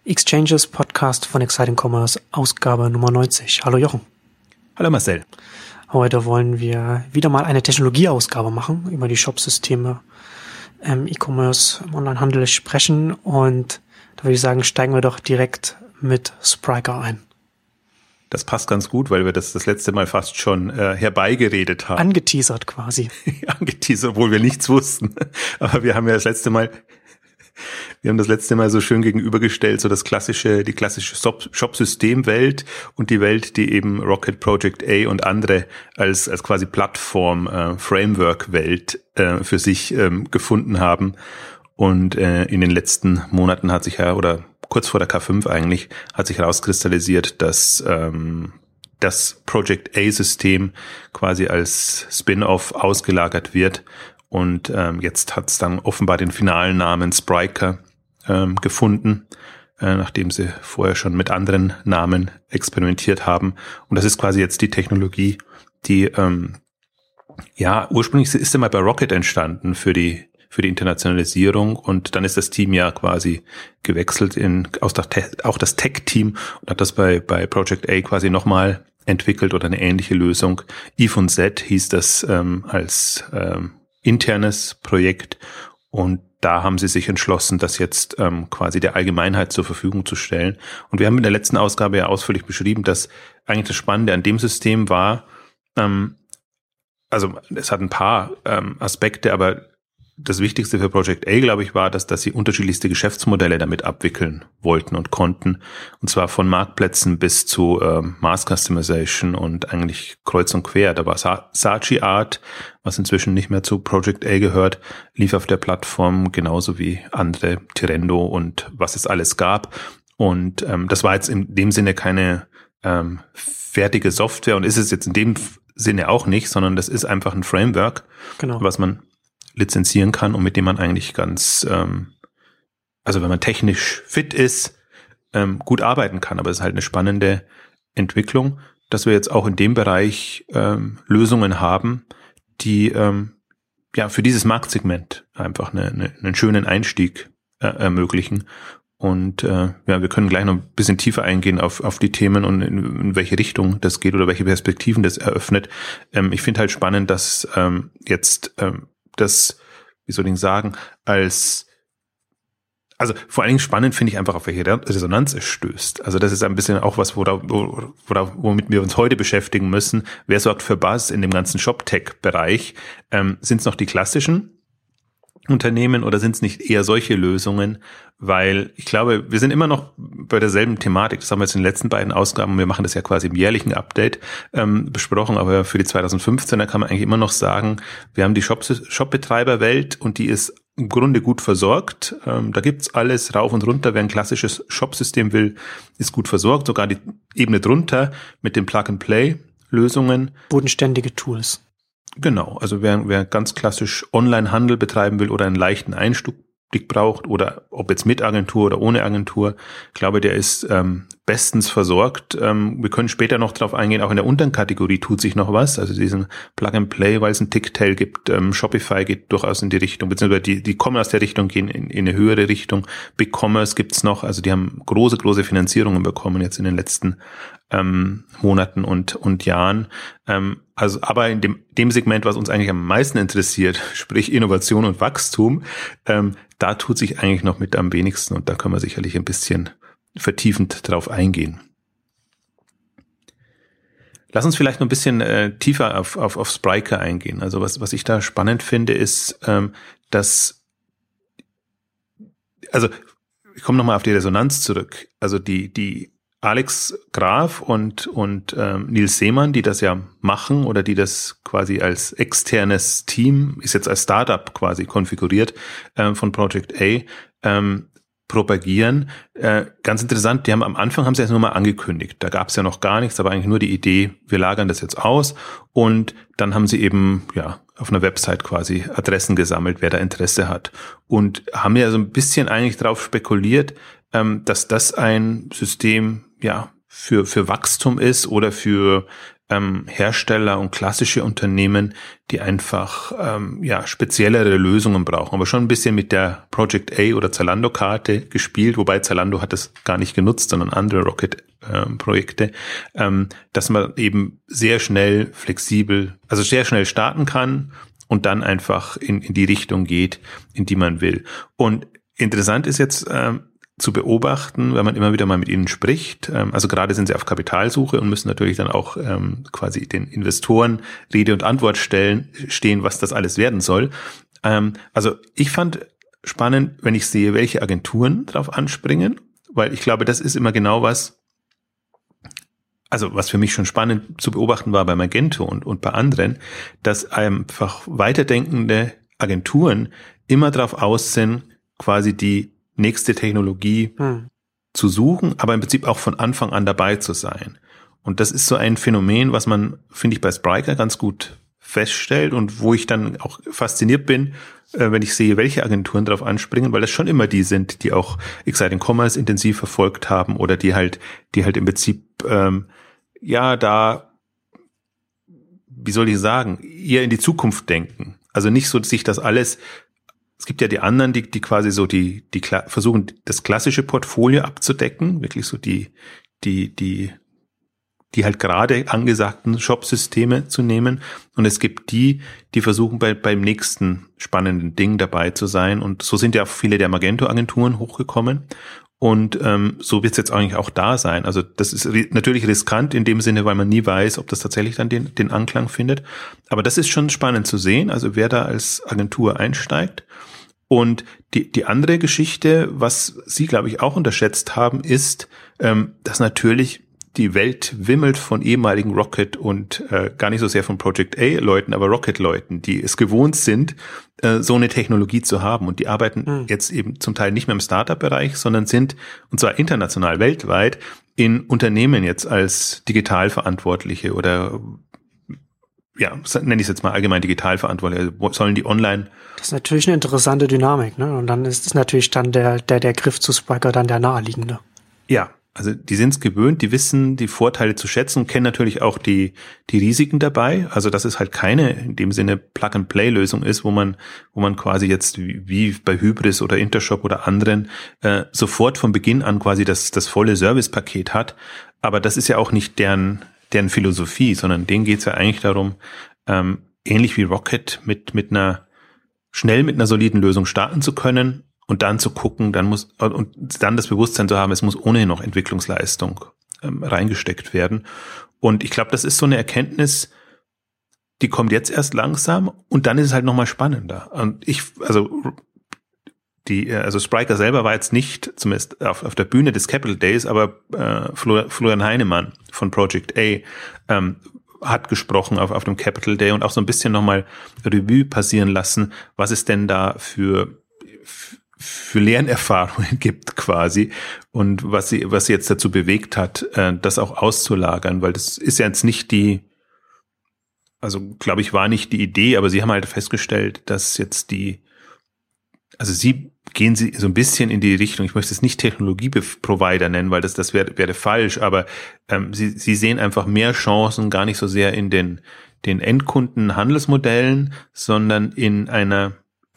Exchanges Podcast von Exciting Commerce, Ausgabe Nummer 90. Hallo Jochen. Hallo Marcel. Heute wollen wir wieder mal eine Technologieausgabe machen, über die Shopsysteme im E-Commerce, im Onlinehandel sprechen, und da würde ich sagen, steigen wir doch direkt mit Spryker ein. Das passt ganz gut, weil wir das letzte Mal fast schon herbeigeredet haben. Angeteasert quasi. Angeteasert, obwohl wir nichts wussten. Aber wir haben ja das letzte Mal so schön gegenübergestellt, so die klassische Shop-System-Welt und die Welt, die eben Rocket, Project A und andere als quasi Plattform, Framework-Welt für sich gefunden haben. Und in den letzten Monaten hat sich oder kurz vor der K5 eigentlich, hat sich herauskristallisiert, dass das Project A-System quasi als Spin-off ausgelagert wird. Und jetzt hat es dann offenbar den finalen Namen Spryker gefunden, nachdem sie vorher schon mit anderen Namen experimentiert haben. Und das ist quasi jetzt die Technologie, die ursprünglich ist sie mal bei Rocket entstanden für die Internationalisierung, und dann ist das Team ja quasi gewechselt auch das Tech-Team und hat das bei Project A quasi nochmal entwickelt oder eine ähnliche Lösung. Eve und Z hieß das als internes Projekt, und da haben sie sich entschlossen, das jetzt quasi der Allgemeinheit zur Verfügung zu stellen. Und wir haben in der letzten Ausgabe ja ausführlich beschrieben, dass eigentlich das Spannende an dem System war, also es hat ein paar Aspekte, aber das Wichtigste für Project A, glaube ich, war, dass sie unterschiedlichste Geschäftsmodelle damit abwickeln wollten und konnten. Und zwar von Marktplätzen bis zu Mass Customization und eigentlich kreuz und quer. Da war Saatchi Art, was inzwischen nicht mehr zu Project A gehört, lief auf der Plattform, genauso wie andere, Tirendo und was es alles gab. Und das war jetzt in dem Sinne keine fertige Software, und ist es jetzt in dem Sinne auch nicht, sondern das ist einfach ein Framework, genau, was man lizenzieren kann und mit dem man eigentlich ganz, also wenn man technisch fit ist, gut arbeiten kann. Aber es ist halt eine spannende Entwicklung, dass wir jetzt auch in dem Bereich Lösungen haben, die für dieses Marktsegment einfach einen schönen Einstieg ermöglichen. Und wir können gleich noch ein bisschen tiefer eingehen auf die Themen und in welche Richtung das geht oder welche Perspektiven das eröffnet. Ich finde halt spannend, dass jetzt das, wie soll ich sagen, also vor allen Dingen spannend finde ich einfach, auf welche Resonanz es stößt. Also das ist ein bisschen auch was, womit wir uns heute beschäftigen müssen. Wer sorgt für Buzz in dem ganzen Shop-Tech-Bereich? Sind es noch die klassischen Unternehmen oder sind es nicht eher solche Lösungen? Weil ich glaube, wir sind immer noch bei derselben Thematik. Das haben wir jetzt in den letzten beiden Ausgaben, wir machen das ja quasi im jährlichen Update besprochen, aber für die 2015er kann man eigentlich immer noch sagen, wir haben die Shop-Betreiber-Welt, und die ist im Grunde gut versorgt. Da gibt's alles rauf und runter. Wer ein klassisches Shop-System will, ist gut versorgt. Sogar die Ebene drunter mit den Plug-and-Play-Lösungen. Bodenständige Tools. Genau, also wer ganz klassisch Online-Handel betreiben will oder einen leichten Einstieg braucht, oder ob jetzt mit Agentur oder ohne Agentur, ich glaube, der ist bestens versorgt. Wir können später noch drauf eingehen, auch in der unteren Kategorie tut sich noch was, also diesen Plug-and-Play, weil es ein Ticktail gibt, Shopify geht durchaus in die Richtung, beziehungsweise die kommen aus der Richtung, gehen in eine höhere Richtung. BigCommerce gibt's noch, also die haben große Finanzierungen bekommen jetzt in den letzten Monaten und Jahren. Also aber in dem Segment, was uns eigentlich am meisten interessiert, sprich Innovation und Wachstum, da tut sich eigentlich noch mit am wenigsten, und da können wir sicherlich ein bisschen vertiefend drauf eingehen. Lass uns vielleicht noch ein bisschen tiefer auf Spryker eingehen. Also was ich da spannend finde, ist, dass, also ich komme nochmal auf die Resonanz zurück. Also die Alex Graf und Nils Seemann, die das ja machen oder die das quasi als externes Team, ist jetzt als Startup quasi konfiguriert, von Project A, propagieren. Ganz interessant, am Anfang haben sie es nur mal angekündigt. Da gab es ja noch gar nichts, aber eigentlich nur die Idee, wir lagern das jetzt aus, und dann haben sie eben auf einer Website quasi Adressen gesammelt, wer da Interesse hat, und haben ja so ein bisschen eigentlich drauf spekuliert, dass das ein System für Wachstum ist oder für Hersteller und klassische Unternehmen, die einfach speziellere Lösungen brauchen, aber schon ein bisschen mit der Project A oder Zalando-Karte gespielt, wobei Zalando hat es gar nicht genutzt, sondern andere Rocket-Projekte, dass man eben sehr schnell flexibel, also sehr schnell starten kann und dann einfach in die Richtung geht, in die man will. Und interessant ist jetzt zu beobachten, wenn man immer wieder mal mit ihnen spricht. Also gerade sind sie auf Kapitalsuche und müssen natürlich dann auch quasi den Investoren Rede und Antwort stehen, was das alles werden soll. Also ich fand spannend, wenn ich sehe, welche Agenturen drauf anspringen, weil ich glaube, das ist immer genau was für mich schon spannend zu beobachten war bei Magento und bei anderen, dass einfach weiterdenkende Agenturen immer darauf aus sind, quasi die nächste Technologie zu suchen, aber im Prinzip auch von Anfang an dabei zu sein. Und das ist so ein Phänomen, was man, finde ich, bei Spryker ganz gut feststellt und wo ich dann auch fasziniert bin, wenn ich sehe, welche Agenturen darauf anspringen, weil das schon immer die sind, die auch Exciting Commerce intensiv verfolgt haben oder die halt im Prinzip wie soll ich sagen, eher in die Zukunft denken. Also nicht so, dass sich das alles. Es gibt ja die anderen, die quasi so die versuchen, das klassische Portfolio abzudecken, wirklich so die halt gerade angesagten Shop-Systeme zu nehmen. Und es gibt die versuchen beim nächsten spannenden Ding dabei zu sein. Und so sind ja auch viele der Magento-Agenturen hochgekommen. Und so wird es jetzt eigentlich auch da sein. Also das ist natürlich riskant in dem Sinne, weil man nie weiß, ob das tatsächlich dann den Anklang findet. Aber das ist schon spannend zu sehen, also wer da als Agentur einsteigt. Und die andere Geschichte, was Sie, glaube ich, auch unterschätzt haben, ist, dass natürlich die Welt wimmelt von ehemaligen Rocket und gar nicht so sehr von Project A-Leuten, aber Rocket-Leuten, die es gewohnt sind, so eine Technologie zu haben. Und die arbeiten jetzt eben zum Teil nicht mehr im Startup-Bereich, sondern sind, und zwar international, weltweit, in Unternehmen jetzt als Digitalverantwortliche oder nenne ich es jetzt mal allgemein Digitalverantwortliche, sollen die online. Das ist natürlich eine interessante Dynamik, ne? Und dann ist es natürlich dann der Griff zu Spryker dann der naheliegende. Ja, also die sind es gewöhnt, die wissen die Vorteile zu schätzen und kennen natürlich auch die Risiken dabei. Also dass es halt keine in dem Sinne Plug-and-Play-Lösung ist, wo man quasi jetzt wie bei Hybris oder Intershop oder anderen sofort von Beginn an quasi das volle Servicepaket hat. Aber das ist ja auch nicht deren Philosophie, sondern denen geht's ja eigentlich darum, ähnlich wie Rocket mit einer soliden Lösung starten zu können und dann zu gucken, und dann das Bewusstsein zu haben, es muss ohnehin noch Entwicklungsleistung reingesteckt werden. Und ich glaube, das ist so eine Erkenntnis, die kommt jetzt erst langsam und dann ist es halt nochmal spannender. Und Spryker selber war jetzt nicht, zumindest auf der Bühne des Capital Days, aber Florian Heinemann von Project A hat gesprochen auf dem Capital Day und auch so ein bisschen nochmal Revue passieren lassen, was es denn da für Lernerfahrungen gibt quasi und was sie jetzt dazu bewegt hat, das auch auszulagern, weil das ist ja jetzt nicht glaube ich, war nicht die Idee, aber sie haben halt festgestellt, dass jetzt gehen sie so ein bisschen in die Richtung, ich möchte es nicht Technologieprovider nennen, weil das wäre falsch, aber sie sehen einfach mehr Chancen, gar nicht so sehr in den Endkunden-Handelsmodellen, sondern in einer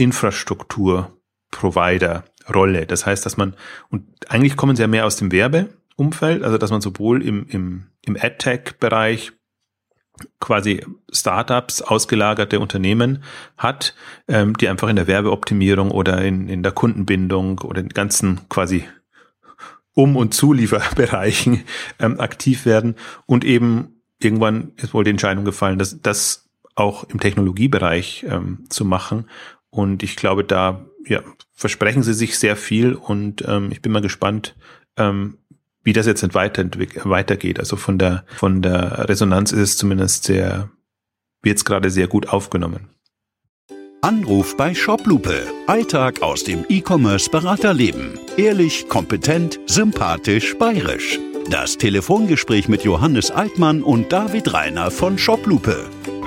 Infrastruktur-Provider-Rolle. Das heißt, und eigentlich kommen sie ja mehr aus dem Werbeumfeld, also dass man sowohl im AdTech-Bereich quasi Startups, ausgelagerte Unternehmen hat, die einfach in der Werbeoptimierung oder in der Kundenbindung oder in ganzen quasi und Zulieferbereichen aktiv werden und eben irgendwann ist wohl die Entscheidung gefallen, das auch im Technologiebereich zu machen. Und ich glaube, da versprechen sie sich sehr viel und ich bin mal gespannt, wie das jetzt weitergeht. Also von der Resonanz ist es zumindest wird es gerade sehr gut aufgenommen. Anruf bei Shoplupe. Alltag aus dem E-Commerce-Beraterleben. Ehrlich, kompetent, sympathisch, bayerisch. Das Telefongespräch mit Johannes Altmann und David Reiner von Shoplupe.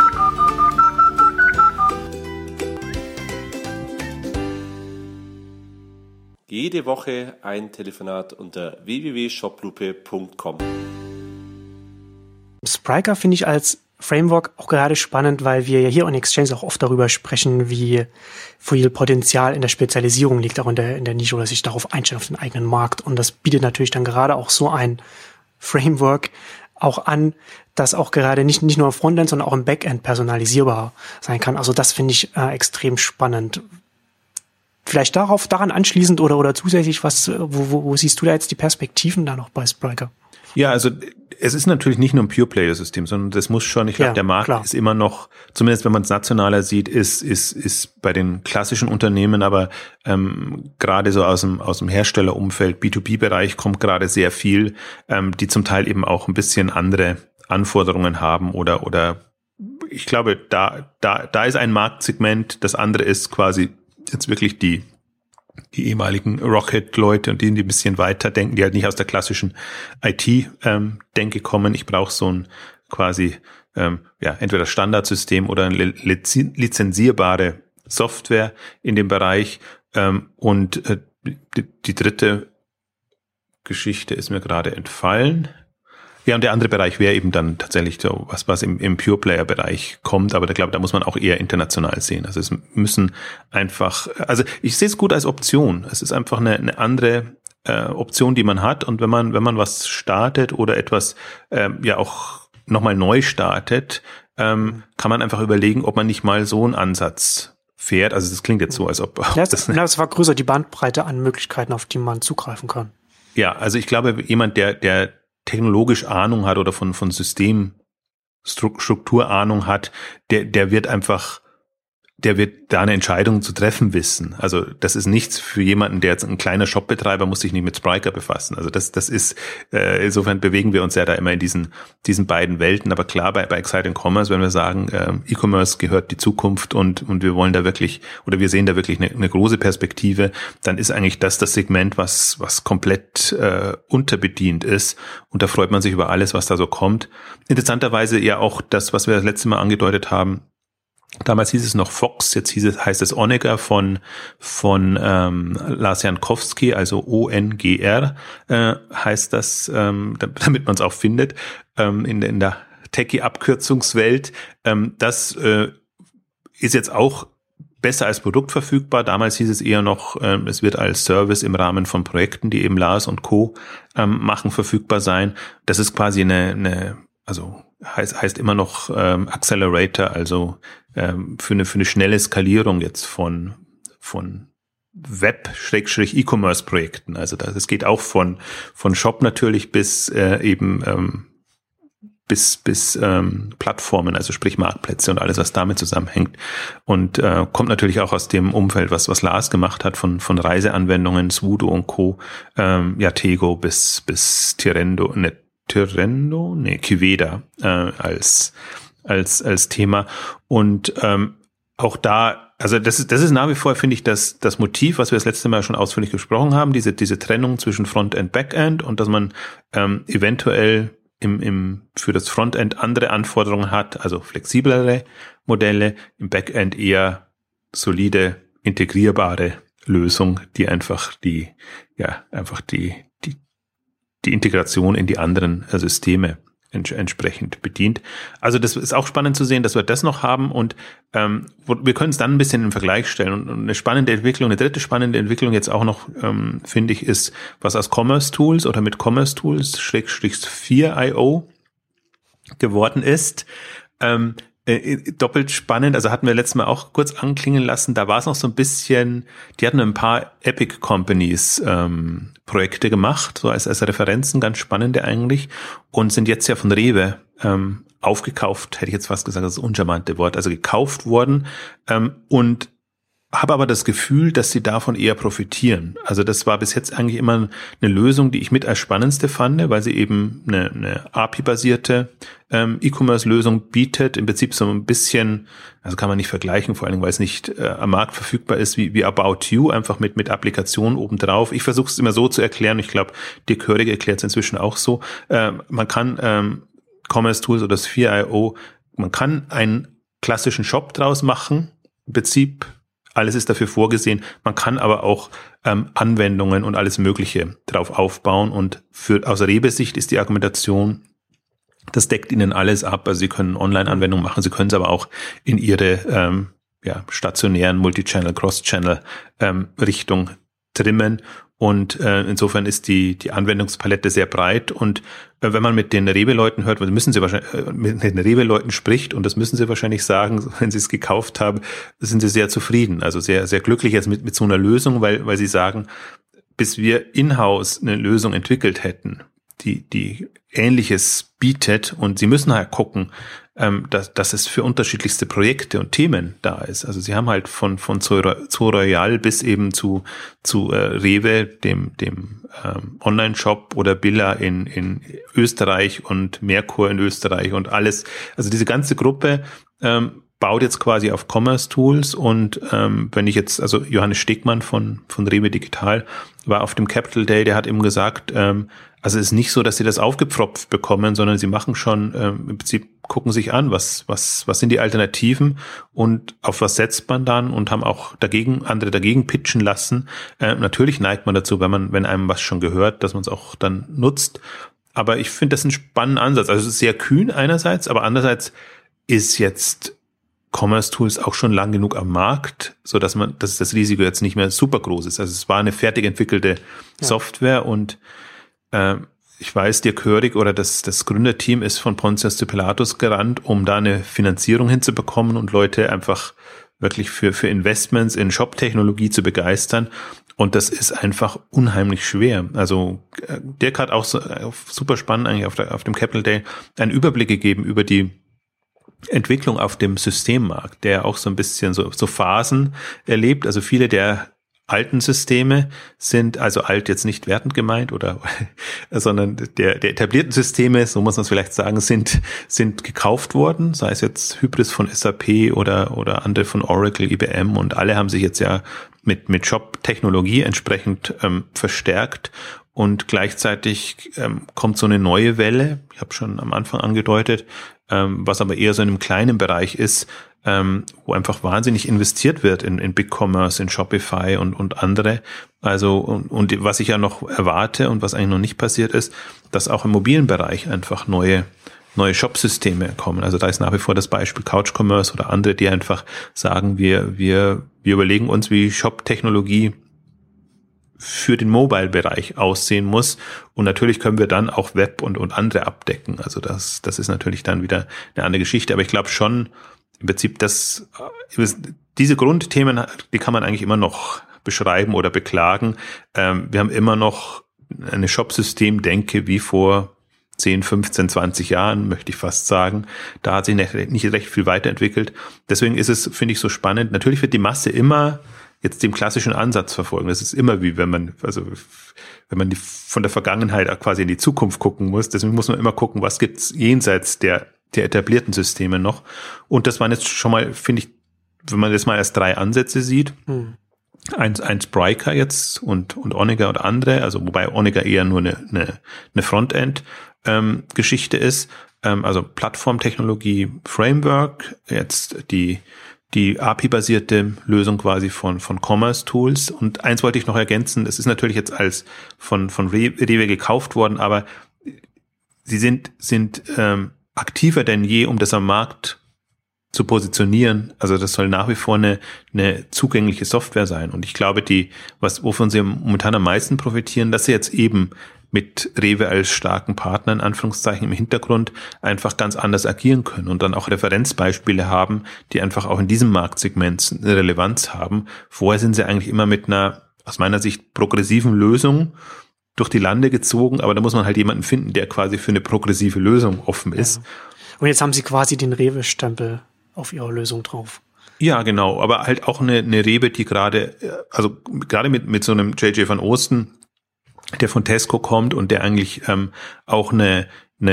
Jede Woche ein Telefonat unter www.shoplupe.com. Spryker finde ich als Framework auch gerade spannend, weil wir ja hier on Exchange auch oft darüber sprechen, wie viel Potenzial in der Spezialisierung liegt, auch in der Nische, oder sich darauf einstellen, auf den eigenen Markt. Und das bietet natürlich dann gerade auch so ein Framework auch an, das auch gerade nicht nur im Frontend, sondern auch im Backend personalisierbar sein kann. Also das finde ich extrem spannend. Vielleicht daran anschließend oder zusätzlich wo siehst du da jetzt die Perspektiven da noch bei Spryker? Ja, also es ist natürlich nicht nur ein Pure-Player-System, sondern das muss schon, ich glaube, der Markt ist immer noch, zumindest wenn man es nationaler sieht, ist bei den klassischen Unternehmen, aber gerade so aus dem Herstellerumfeld, B2B-Bereich kommt gerade sehr viel, die zum Teil eben auch ein bisschen andere Anforderungen haben oder ich glaube, da ist ein Marktsegment, das andere ist quasi jetzt wirklich die ehemaligen Rocket-Leute und die ein bisschen weiter denken, die halt nicht aus der klassischen IT-Denke kommen. Ich brauche so ein quasi entweder Standardsystem oder eine lizenzierbare Software in dem Bereich. Und die dritte Geschichte ist mir gerade entfallen. Ja, und der andere Bereich wäre eben dann tatsächlich so was im Pure-Player-Bereich kommt, aber ich glaube, da muss man auch eher international sehen. Also es müssen einfach, also ich sehe es gut als Option. Es ist einfach eine andere Option, die man hat, und wenn man was startet oder etwas auch nochmal neu startet, kann man einfach überlegen, ob man nicht mal so einen Ansatz fährt. Also das klingt jetzt so, als ob das war größer, die Bandbreite an Möglichkeiten, auf die man zugreifen kann. Ja, also ich glaube, jemand, der technologisch Ahnung hat oder von Systemstruktur Ahnung hat, der wird da eine Entscheidung zu treffen wissen. Also das ist nichts für jemanden, der jetzt ein kleiner Shopbetreiber muss sich nicht mit Spryker befassen. Also das ist, insofern bewegen wir uns ja da immer in diesen beiden Welten. Aber klar, bei Exciting Commerce, wenn wir sagen, E-Commerce gehört die Zukunft und wir wollen da wirklich, oder wir sehen da wirklich eine große Perspektive, dann ist eigentlich das Segment, was komplett unterbedient ist. Und da freut man sich über alles, was da so kommt. Interessanterweise ja auch das, was wir das letzte Mal angedeutet haben. Damals hieß es noch Fox, jetzt heißt es Onager von Lars Jankowski, also ONGR heißt das, damit man es auch findet, in der Techie-Abkürzungswelt. Das ist jetzt auch besser als Produkt verfügbar. Damals hieß es eher noch, es wird als Service im Rahmen von Projekten, die eben Lars und Co. machen, verfügbar sein. Das ist quasi also heißt immer noch Accelerator, also für eine schnelle Skalierung jetzt von Web-E-Commerce-Projekten. Also das geht auch von Shop natürlich bis bis Plattformen, also sprich Marktplätze und alles, was damit zusammenhängt. Und kommt natürlich auch aus dem Umfeld, was Lars gemacht hat, von Reiseanwendungen, Swoodo und Co. Tego bis Kiveda als Thema. Und auch da, also das ist nach wie vor, finde ich, das Motiv, was wir das letzte Mal schon ausführlich gesprochen haben, diese Trennung zwischen Frontend, Backend, und dass man eventuell für das Frontend andere Anforderungen hat, also flexiblere Modelle, im Backend eher solide, integrierbare Lösung, die einfach die Integration in die anderen Systeme entsprechend bedient. Also das ist auch spannend zu sehen, dass wir das noch haben, und wir können es dann ein bisschen im Vergleich stellen. Und eine spannende Entwicklung, eine dritte spannende Entwicklung jetzt auch noch, finde ich, ist, was aus Commerce Tools oder mit Commerce Tools /4.io geworden ist. Doppelt spannend, also hatten wir letztes Mal auch kurz anklingen lassen, da war es noch so ein bisschen, die hatten ein paar Epic Companies Projekte gemacht, so als Referenzen, ganz spannende eigentlich, und sind jetzt ja von Rewe aufgekauft, hätte ich jetzt fast gesagt, das uncharmante Wort, also gekauft worden, und habe aber das Gefühl, dass sie davon eher profitieren. Also das war bis jetzt eigentlich immer eine Lösung, die ich mit als spannendste fand, weil sie eben eine API-basierte E-Commerce-Lösung bietet. Im Prinzip so ein bisschen, also kann man nicht vergleichen, vor allem weil es nicht am Markt verfügbar ist, wie About You, einfach mit Applikationen obendrauf. Ich versuche es immer so zu erklären. Ich glaube, Dirk Hörig erklärt es inzwischen auch so. Man kann Commerce Tools oder das 4.io, man kann einen klassischen Shop draus machen. Im Prinzip alles ist dafür vorgesehen. Man kann aber auch Anwendungen und alles Mögliche drauf aufbauen. Und aus Rewe-Sicht ist die Argumentation, Das deckt ihnen alles ab. Also sie können Online-Anwendungen machen, sie können es aber auch in ihre stationären Multichannel, Cross-Channel Richtung trimmen. Und insofern ist die Anwendungspalette sehr breit. Und wenn man mit den Rewe-Leuten hört, müssen sie wahrscheinlich mit den Rewe-Leuten spricht, und das müssen sie wahrscheinlich sagen, wenn sie es gekauft haben, sind sie sehr zufrieden, also sehr, sehr glücklich jetzt mit so einer Lösung, weil sie sagen, bis wir in-house eine Lösung entwickelt hätten, die Ähnliches bietet, und sie müssen halt gucken, dass es für unterschiedlichste Projekte und Themen da ist. Also sie haben halt von Zoo Royal bis eben zu Rewe, dem Online-Shop, oder Billa in Österreich und Merkur in Österreich und alles. Also diese ganze Gruppe baut jetzt quasi auf Commerce Tools, und wenn ich jetzt, also Johannes Stegmann von Rewe Digital war auf dem Capital Day, der hat eben gesagt, also es ist nicht so, dass sie das aufgepfropft bekommen, sondern sie machen schon, im Prinzip gucken sich an, was sind die Alternativen und auf was setzt man dann, und haben auch andere dagegen pitchen lassen. Natürlich neigt man dazu, wenn einem was schon gehört, dass man es auch dann nutzt. Aber ich finde das einen spannenden Ansatz. Also es ist sehr kühn einerseits, aber andererseits ist jetzt Commerce Tools auch schon lang genug am Markt, so dass das Risiko jetzt nicht mehr super groß ist. Also es war eine fertig entwickelte Software, und ich weiß, Dirk Hörig oder das Gründerteam ist von Pontius zu Pilatus gerannt, um da eine Finanzierung hinzubekommen und Leute einfach wirklich für Investments in Shop-Technologie zu begeistern. Und das ist einfach unheimlich schwer. Also Dirk hat auch super spannend eigentlich auf dem Capital Day einen Überblick gegeben über die Entwicklung auf dem Systemmarkt, der auch so ein bisschen so Phasen erlebt. Also viele der alten Systeme sind, also alt jetzt nicht wertend gemeint sondern der etablierten Systeme, so muss man es vielleicht sagen, sind gekauft worden, sei es jetzt Hybris von SAP oder andere von Oracle, IBM, und alle haben sich jetzt ja mit Shop-Technologie entsprechend verstärkt, und gleichzeitig kommt so eine neue Welle, ich habe schon am Anfang angedeutet, was aber eher so in einem kleinen Bereich ist, wo einfach wahnsinnig investiert wird in Big Commerce, in Shopify und andere. Also, und was ich ja noch erwarte und was eigentlich noch nicht passiert ist, dass auch im mobilen Bereich einfach neue Shop-Systeme kommen. Also da ist nach wie vor das Beispiel Couch Commerce oder andere, die einfach sagen, wir überlegen uns, wie Shop-Technologie für den Mobile-Bereich aussehen muss. Und natürlich können wir dann auch Web und andere abdecken. Also das ist natürlich dann wieder eine andere Geschichte. Aber ich glaube schon, im Prinzip, diese Grundthemen, die kann man eigentlich immer noch beschreiben oder beklagen. Wir haben immer noch eine Shop-System-Denke wie vor 10, 15, 20 Jahren, möchte ich fast sagen. Da hat sich nicht recht viel weiterentwickelt. Deswegen ist es, finde ich, so spannend. Natürlich wird die Masse immer jetzt dem klassischen Ansatz verfolgen. Das ist immer wie, wenn man von der Vergangenheit quasi in die Zukunft gucken muss. Deswegen muss man immer gucken, was gibt's jenseits der etablierten Systeme noch. Und das waren jetzt schon mal, finde ich, wenn man das mal als 3 Ansätze sieht, ein Spryker jetzt und Onega und andere, also wobei Onega eher nur eine Frontend Geschichte ist, also Plattformtechnologie, Framework, jetzt die API-basierte Lösung quasi von Commerce Tools. Und eins wollte ich noch ergänzen, es ist natürlich jetzt als von Rewe gekauft worden, aber sie sind aktiver denn je, um das am Markt zu positionieren. Also das soll nach wie vor eine zugängliche Software sein. Und ich glaube, wovon sie momentan am meisten profitieren, dass sie jetzt eben mit Rewe als starken Partner in Anführungszeichen im Hintergrund einfach ganz anders agieren können und dann auch Referenzbeispiele haben, die einfach auch in diesem Marktsegment eine Relevanz haben. Vorher sind sie eigentlich immer mit einer, aus meiner Sicht, progressiven Lösung durch die Lande gezogen, aber da muss man halt jemanden finden, der quasi für eine progressive Lösung offen ist. Ja. Und jetzt haben sie quasi den Rewe-Stempel auf ihrer Lösung drauf. Ja, genau, aber halt auch eine Rewe, die gerade mit so einem JJ van Oosten, der von Tesco kommt und der eigentlich auch eine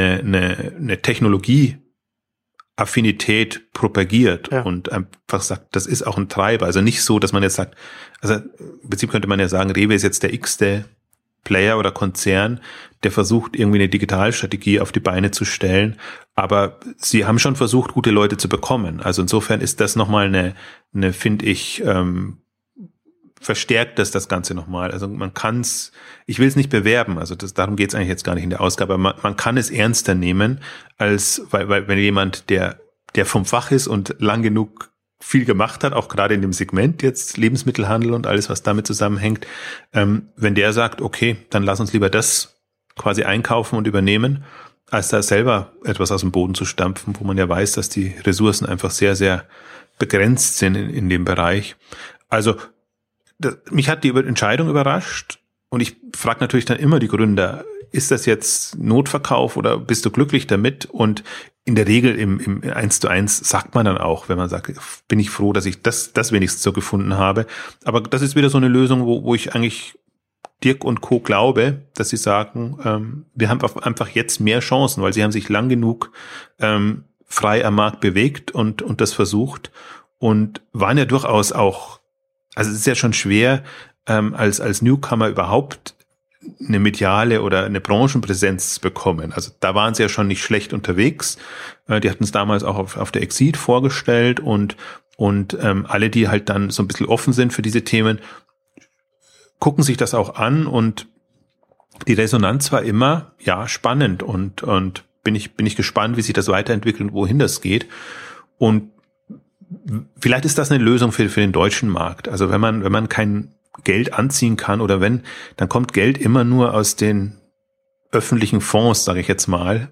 Technologie-Affinität propagiert und einfach sagt, das ist auch ein Treiber. Also nicht so, dass man jetzt sagt, also im Prinzip könnte man ja sagen, Rewe ist jetzt der x-te Player oder Konzern, der versucht, irgendwie eine Digitalstrategie auf die Beine zu stellen. Aber sie haben schon versucht, gute Leute zu bekommen. Also insofern ist das nochmal eine finde ich, verstärkt das Ganze nochmal. Also man kann es, ich will es nicht bewerben, also darum geht es eigentlich jetzt gar nicht in der Ausgabe, aber man kann es ernster nehmen, als weil wenn jemand, der vom Fach ist und lang genug viel gemacht hat, auch gerade in dem Segment jetzt Lebensmittelhandel und alles, was damit zusammenhängt, wenn der sagt, okay, dann lass uns lieber das quasi einkaufen und übernehmen, als da selber etwas aus dem Boden zu stampfen, wo man ja weiß, dass die Ressourcen einfach sehr, sehr begrenzt sind in dem Bereich. Also mich hat die Entscheidung überrascht und ich frage natürlich dann immer die Gründer, ist das jetzt Notverkauf oder bist du glücklich damit? Und in der Regel im 1:1 sagt man dann auch, wenn man sagt, bin ich froh, dass ich das wenigstens so gefunden habe. Aber das ist wieder so eine Lösung, wo ich eigentlich Dirk und Co. glaube, dass sie sagen, wir haben einfach jetzt mehr Chancen, weil sie haben sich lang genug frei am Markt bewegt und das versucht und waren ja durchaus auch, also es ist ja schon schwer, als Newcomer überhaupt eine mediale oder eine Branchenpräsenz zu bekommen. Also da waren sie ja schon nicht schlecht unterwegs. Die hatten es damals auch auf der Exit vorgestellt und alle, die halt dann so ein bisschen offen sind für diese Themen, gucken sich das auch an und die Resonanz war immer, ja, spannend und bin ich gespannt, wie sich das weiterentwickelt und wohin das geht. Und vielleicht ist das eine Lösung für den deutschen Markt. Also wenn man kein Geld anziehen kann oder dann kommt Geld immer nur aus den öffentlichen Fonds, sage ich jetzt mal.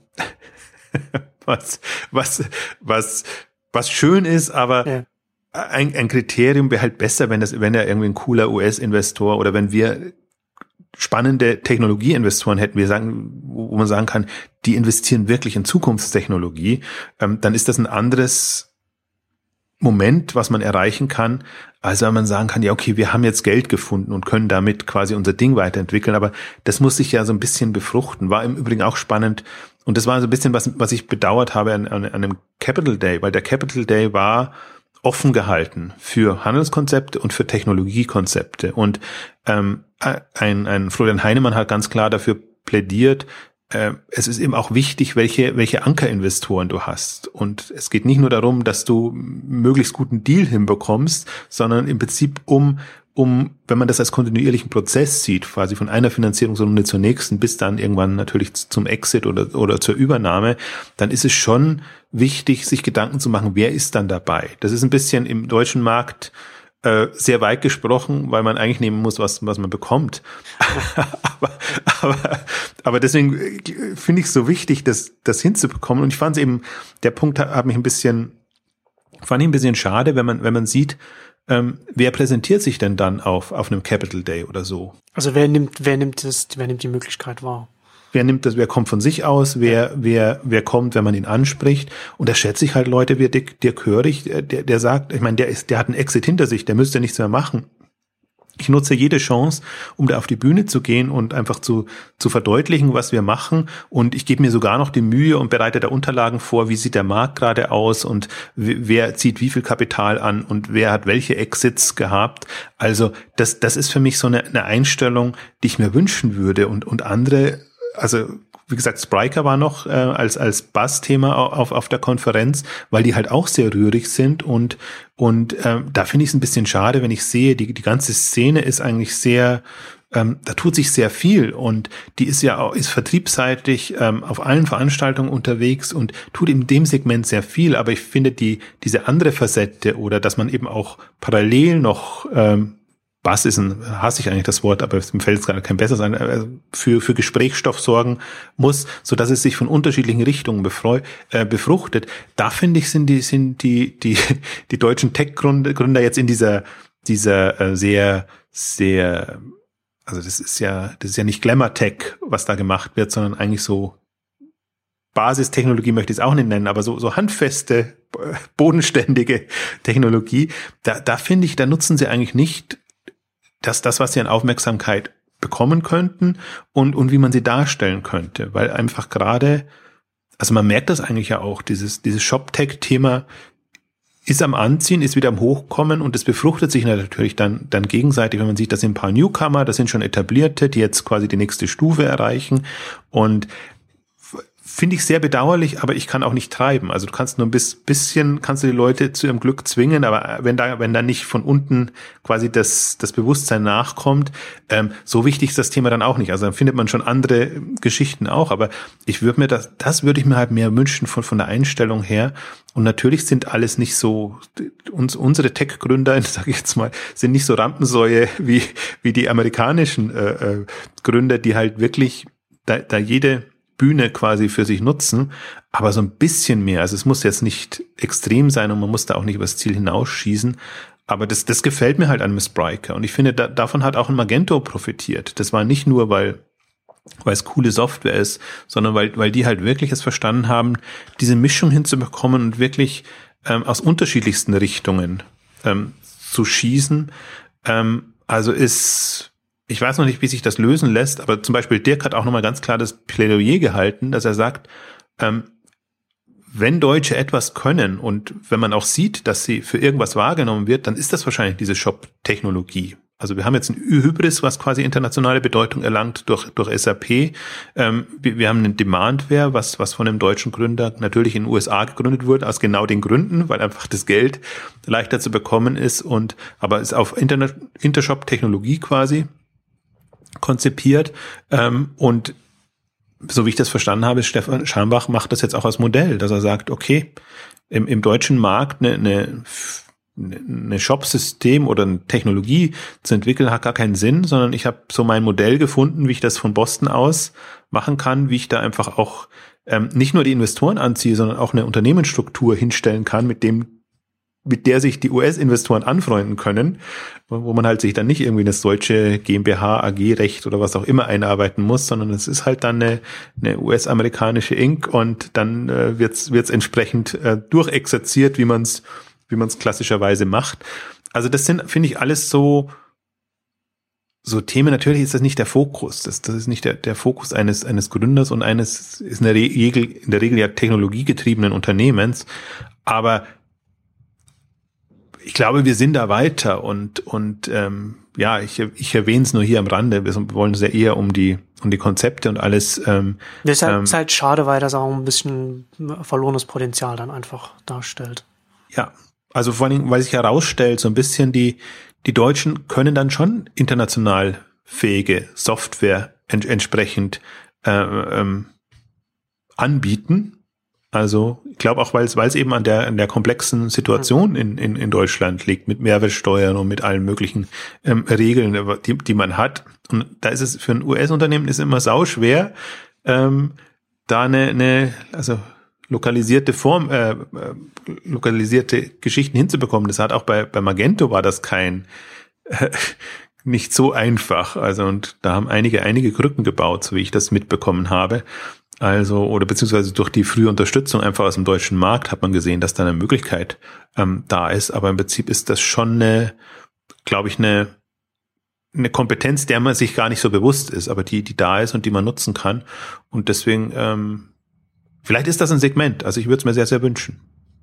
was schön ist, aber ja. Ein Kriterium wäre halt besser, wenn da irgendwie ein cooler US-Investor oder wenn wir spannende Technologieinvestoren hätten, wo man sagen kann, die investieren wirklich in Zukunftstechnologie, dann ist das ein anderes Moment, was man erreichen kann, als wenn man sagen kann, ja okay, wir haben jetzt Geld gefunden und können damit quasi unser Ding weiterentwickeln, aber das muss sich ja so ein bisschen befruchten. War im Übrigen auch spannend und das war so ein bisschen, was ich bedauert habe an einem Capital Day, weil der Capital Day war offen gehalten für Handelskonzepte und für Technologiekonzepte und ein Florian Heinemann hat ganz klar dafür plädiert, es ist eben auch wichtig, welche Ankerinvestoren du hast. Und es geht nicht nur darum, dass du möglichst guten Deal hinbekommst, sondern im Prinzip um, wenn man das als kontinuierlichen Prozess sieht, quasi von einer Finanzierungsrunde zur nächsten, bis dann irgendwann natürlich zum Exit oder zur Übernahme, dann ist es schon wichtig, sich Gedanken zu machen, wer ist dann dabei? Das ist ein bisschen im deutschen Markt sehr weit gesprochen, weil man eigentlich nehmen muss, was man bekommt. aber deswegen finde ich es so wichtig, das hinzubekommen. Und ich fand es eben, der Punkt fand ich ein bisschen schade, wenn man sieht, wer präsentiert sich denn dann auf einem Capital Day oder so? Also wer nimmt die Möglichkeit wahr? Wer kommt von sich aus, wer kommt, wenn man ihn anspricht. Und da schätze ich halt Leute wie Dirk Hörig, der sagt, ich meine, der hat einen Exit hinter sich, der müsste nichts mehr machen. Ich nutze jede Chance, um da auf die Bühne zu gehen und einfach zu verdeutlichen, was wir machen. Und ich gebe mir sogar noch die Mühe und bereite da Unterlagen vor, wie sieht der Markt gerade aus und wer zieht wie viel Kapital an und wer hat welche Exits gehabt. Also das ist für mich so eine Einstellung, die ich mir wünschen würde. Und andere, also wie gesagt, Spryker war noch als Buzz-Thema auf der Konferenz, weil die halt auch sehr rührig sind und da finde ich es ein bisschen schade, wenn ich sehe, die ganze Szene ist eigentlich sehr, da tut sich sehr viel und die ist vertriebsseitig auf allen Veranstaltungen unterwegs und tut in dem Segment sehr viel, aber ich finde diese andere Facette oder dass man eben auch parallel noch Bass hasse ich eigentlich das Wort, aber mir fällt es gerade kein besseres ein, für Gesprächsstoff sorgen muss, so dass es sich von unterschiedlichen Richtungen befruchtet. Da finde ich, sind die deutschen Tech-Gründer jetzt in dieser sehr, sehr, also das ist ja nicht Glamour-Tech, was da gemacht wird, sondern eigentlich so Basistechnologie möchte ich es auch nicht nennen, aber so handfeste, bodenständige Technologie. Da finde ich, da nutzen sie eigentlich nicht das, was sie an Aufmerksamkeit bekommen könnten und wie man sie darstellen könnte, weil einfach gerade, also man merkt das eigentlich ja auch, dieses Shop-Tech-Thema ist am Anziehen, ist wieder am Hochkommen und es befruchtet sich natürlich dann gegenseitig, wenn man sieht, das sind ein paar Newcomer, das sind schon Etablierte, die jetzt quasi die nächste Stufe erreichen und finde ich sehr bedauerlich, aber ich kann auch nicht treiben. Also du kannst nur ein bisschen, kannst du die Leute zu ihrem Glück zwingen, aber wenn da nicht von unten quasi das Bewusstsein nachkommt, so wichtig ist das Thema dann auch nicht. Also dann findet man schon andere Geschichten auch, aber ich würde mir das würde ich mir halt mehr wünschen von der Einstellung her. Und natürlich sind alles nicht so, unsere Tech-Gründer, sage ich jetzt mal, sind nicht so Rampensäue wie die amerikanischen Gründer, die halt wirklich da jede Bühne quasi für sich nutzen, aber so ein bisschen mehr. Also es muss jetzt nicht extrem sein und man muss da auch nicht übers Ziel hinausschießen, aber das gefällt mir halt an Miss Spryker und ich finde, davon hat auch ein Magento profitiert. Das war nicht nur, weil es coole Software ist, sondern weil die halt wirklich es verstanden haben, diese Mischung hinzubekommen und wirklich aus unterschiedlichsten Richtungen zu schießen. Ich weiß noch nicht, wie sich das lösen lässt, aber zum Beispiel Dirk hat auch nochmal ganz klar das Plädoyer gehalten, dass er sagt, wenn Deutsche etwas können und wenn man auch sieht, dass sie für irgendwas wahrgenommen wird, dann ist das wahrscheinlich diese Shop-Technologie. Also wir haben jetzt ein Hybris, was quasi internationale Bedeutung erlangt durch SAP. Wir haben einen Demandware, was von einem deutschen Gründer natürlich in den USA gegründet wurde, aus genau den Gründen, weil einfach das Geld leichter zu bekommen ist aber ist auf Intershop-Technologie quasi konzipiert, und so wie ich das verstanden habe, Stefan Scharnbach macht das jetzt auch als Modell, dass er sagt, okay, im deutschen Markt eine Shop-System oder eine Technologie zu entwickeln, hat gar keinen Sinn, sondern ich habe so mein Modell gefunden, wie ich das von Boston aus machen kann, wie ich da einfach auch nicht nur die Investoren anziehe, sondern auch eine Unternehmensstruktur hinstellen kann, mit der sich die US-Investoren anfreunden können, wo man halt sich dann nicht irgendwie das deutsche GmbH, AG-Recht oder was auch immer einarbeiten muss, sondern es ist halt dann eine US-amerikanische Inc. und dann wird's entsprechend durchexerziert, wie man's klassischerweise macht. Also das sind, finde ich, alles so Themen. Natürlich ist das nicht der Fokus. Das ist nicht der Fokus eines Gründers und ist in der Regel ja technologiegetriebenen Unternehmens. Aber ich glaube, wir sind da weiter und ich erwähne es nur hier am Rande. Wir wollen sehr eher um die Konzepte und alles. Das ist halt schade, weil das auch ein bisschen verlorenes Potenzial dann einfach darstellt. Ja, also vor allem, weil sich herausstellt, so ein bisschen die Deutschen können dann schon international fähige Software entsprechend anbieten. Also ich glaube auch, weil es eben an der komplexen Situation in Deutschland liegt, mit Mehrwertsteuern und mit allen möglichen Regeln, die man hat. Und da ist es für ein US-Unternehmen ist immer sauschwer, da eine lokalisierte lokalisierte Geschichten hinzubekommen. Das hat auch bei Magento war das nicht so einfach. Also und da haben einige Krücken gebaut, so wie ich das mitbekommen habe. Also, oder beziehungsweise durch die frühe Unterstützung einfach aus dem deutschen Markt hat man gesehen, dass da eine Möglichkeit da ist. Aber im Prinzip ist das schon eine Kompetenz, der man sich gar nicht so bewusst ist, aber die da ist und die man nutzen kann. Und deswegen, vielleicht ist das ein Segment. Also ich würde es mir sehr, sehr wünschen.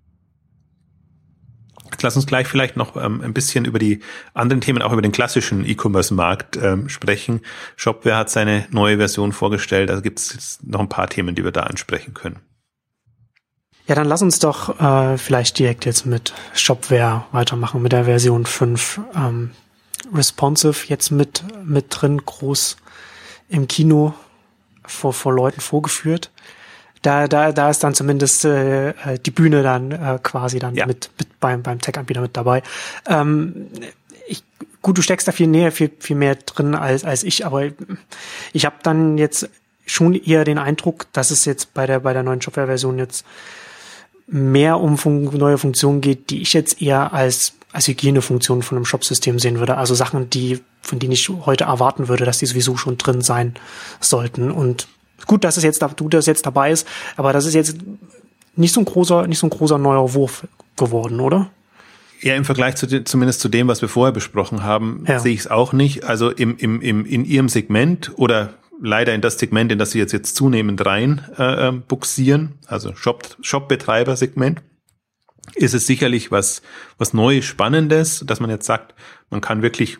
Jetzt lass uns gleich vielleicht noch ein bisschen über die anderen Themen, auch über den klassischen E-Commerce-Markt sprechen. Shopware hat seine neue Version vorgestellt. Da gibt es jetzt noch ein paar Themen, die wir da ansprechen können. Ja, dann lass uns doch vielleicht direkt jetzt mit Shopware weitermachen, mit der Version 5. Responsive jetzt mit drin, groß im Kino vor Leuten vorgeführt. Da ist dann zumindest die Bühne dann quasi dann mit beim Tech-Anbieter mit dabei. Gut, du steckst da viel mehr drin als ich, aber ich habe dann jetzt schon eher den Eindruck, dass es jetzt bei der neuen Shopware-Version jetzt mehr um neue Funktionen geht, die ich jetzt eher als Hygienefunktionen von einem Shop-System sehen würde. Also Sachen, von denen ich heute erwarten würde, dass die sowieso schon drin sein sollten. Und gut, dass es jetzt dabei ist, aber das ist jetzt nicht so ein großer neuer Wurf geworden, oder? Ja, im Vergleich zumindest zu dem, was wir vorher besprochen haben, sehe ich es auch nicht. Also in ihrem Segment oder leider in das Segment, in das sie jetzt zunehmend rein buxieren, also Shop-Betreiber-Segment, ist es sicherlich was Neues, Spannendes, dass man jetzt sagt, man kann wirklich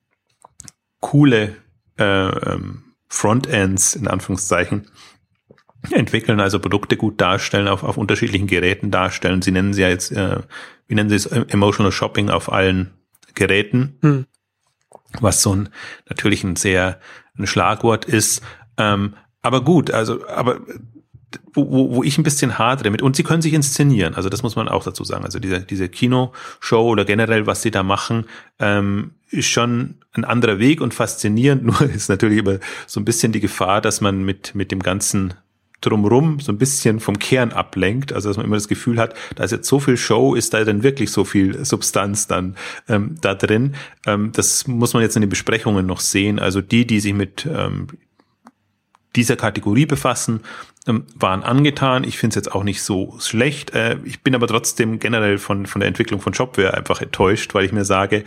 coole Frontends in Anführungszeichen entwickeln, also Produkte gut darstellen, auf unterschiedlichen Geräten darstellen. Sie nennen sie ja jetzt, wie nennen sie es, Emotional Shopping auf allen Geräten, was natürlich ein Schlagwort ist. Aber gut, aber wo ich ein bisschen hadere mit, und sie können sich inszenieren, also das muss man auch dazu sagen, also diese Kinoshow oder generell, was sie da machen, ist schon ein anderer Weg und faszinierend, nur ist natürlich immer so ein bisschen die Gefahr, dass man mit dem ganzen Drumrum so ein bisschen vom Kern ablenkt, also dass man immer das Gefühl hat, da ist jetzt so viel Show, ist da denn wirklich so viel Substanz dann da drin? Das muss man jetzt in den Besprechungen noch sehen, also die sich mit dieser Kategorie befassen, waren angetan. Ich finde es jetzt auch nicht so schlecht. Ich bin aber trotzdem generell von der Entwicklung von Shopware einfach enttäuscht, weil ich mir sage,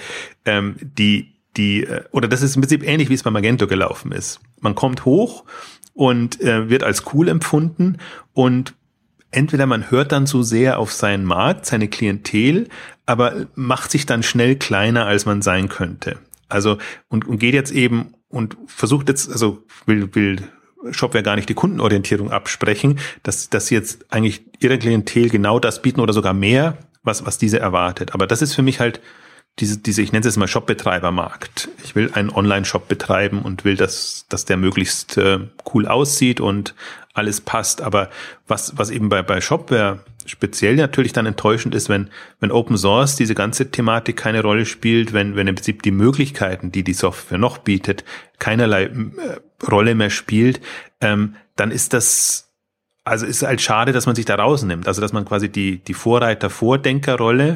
oder das ist im Prinzip ähnlich, wie es bei Magento gelaufen ist. Man kommt hoch und wird als cool empfunden und entweder man hört dann so sehr auf seinen Markt, seine Klientel, aber macht sich dann schnell kleiner, als man sein könnte. Also und geht jetzt eben und versucht jetzt, also will Shopware gar nicht die Kundenorientierung absprechen, dass sie jetzt eigentlich ihrer Klientel genau das bieten oder sogar mehr, was diese erwartet. Aber das ist für mich halt diese, ich nenne es jetzt mal Shopbetreibermarkt. Ich will einen Online-Shop betreiben und will, dass der möglichst cool aussieht und alles passt. Aber was eben bei Shopware speziell natürlich dann enttäuschend ist, wenn Open Source diese ganze Thematik keine Rolle spielt, wenn im Prinzip die Möglichkeiten, die Software noch bietet, keinerlei Rolle mehr spielt, dann ist das, also ist halt schade, dass man sich da rausnimmt. Also dass man quasi die Vorreiter-Vordenker-Rolle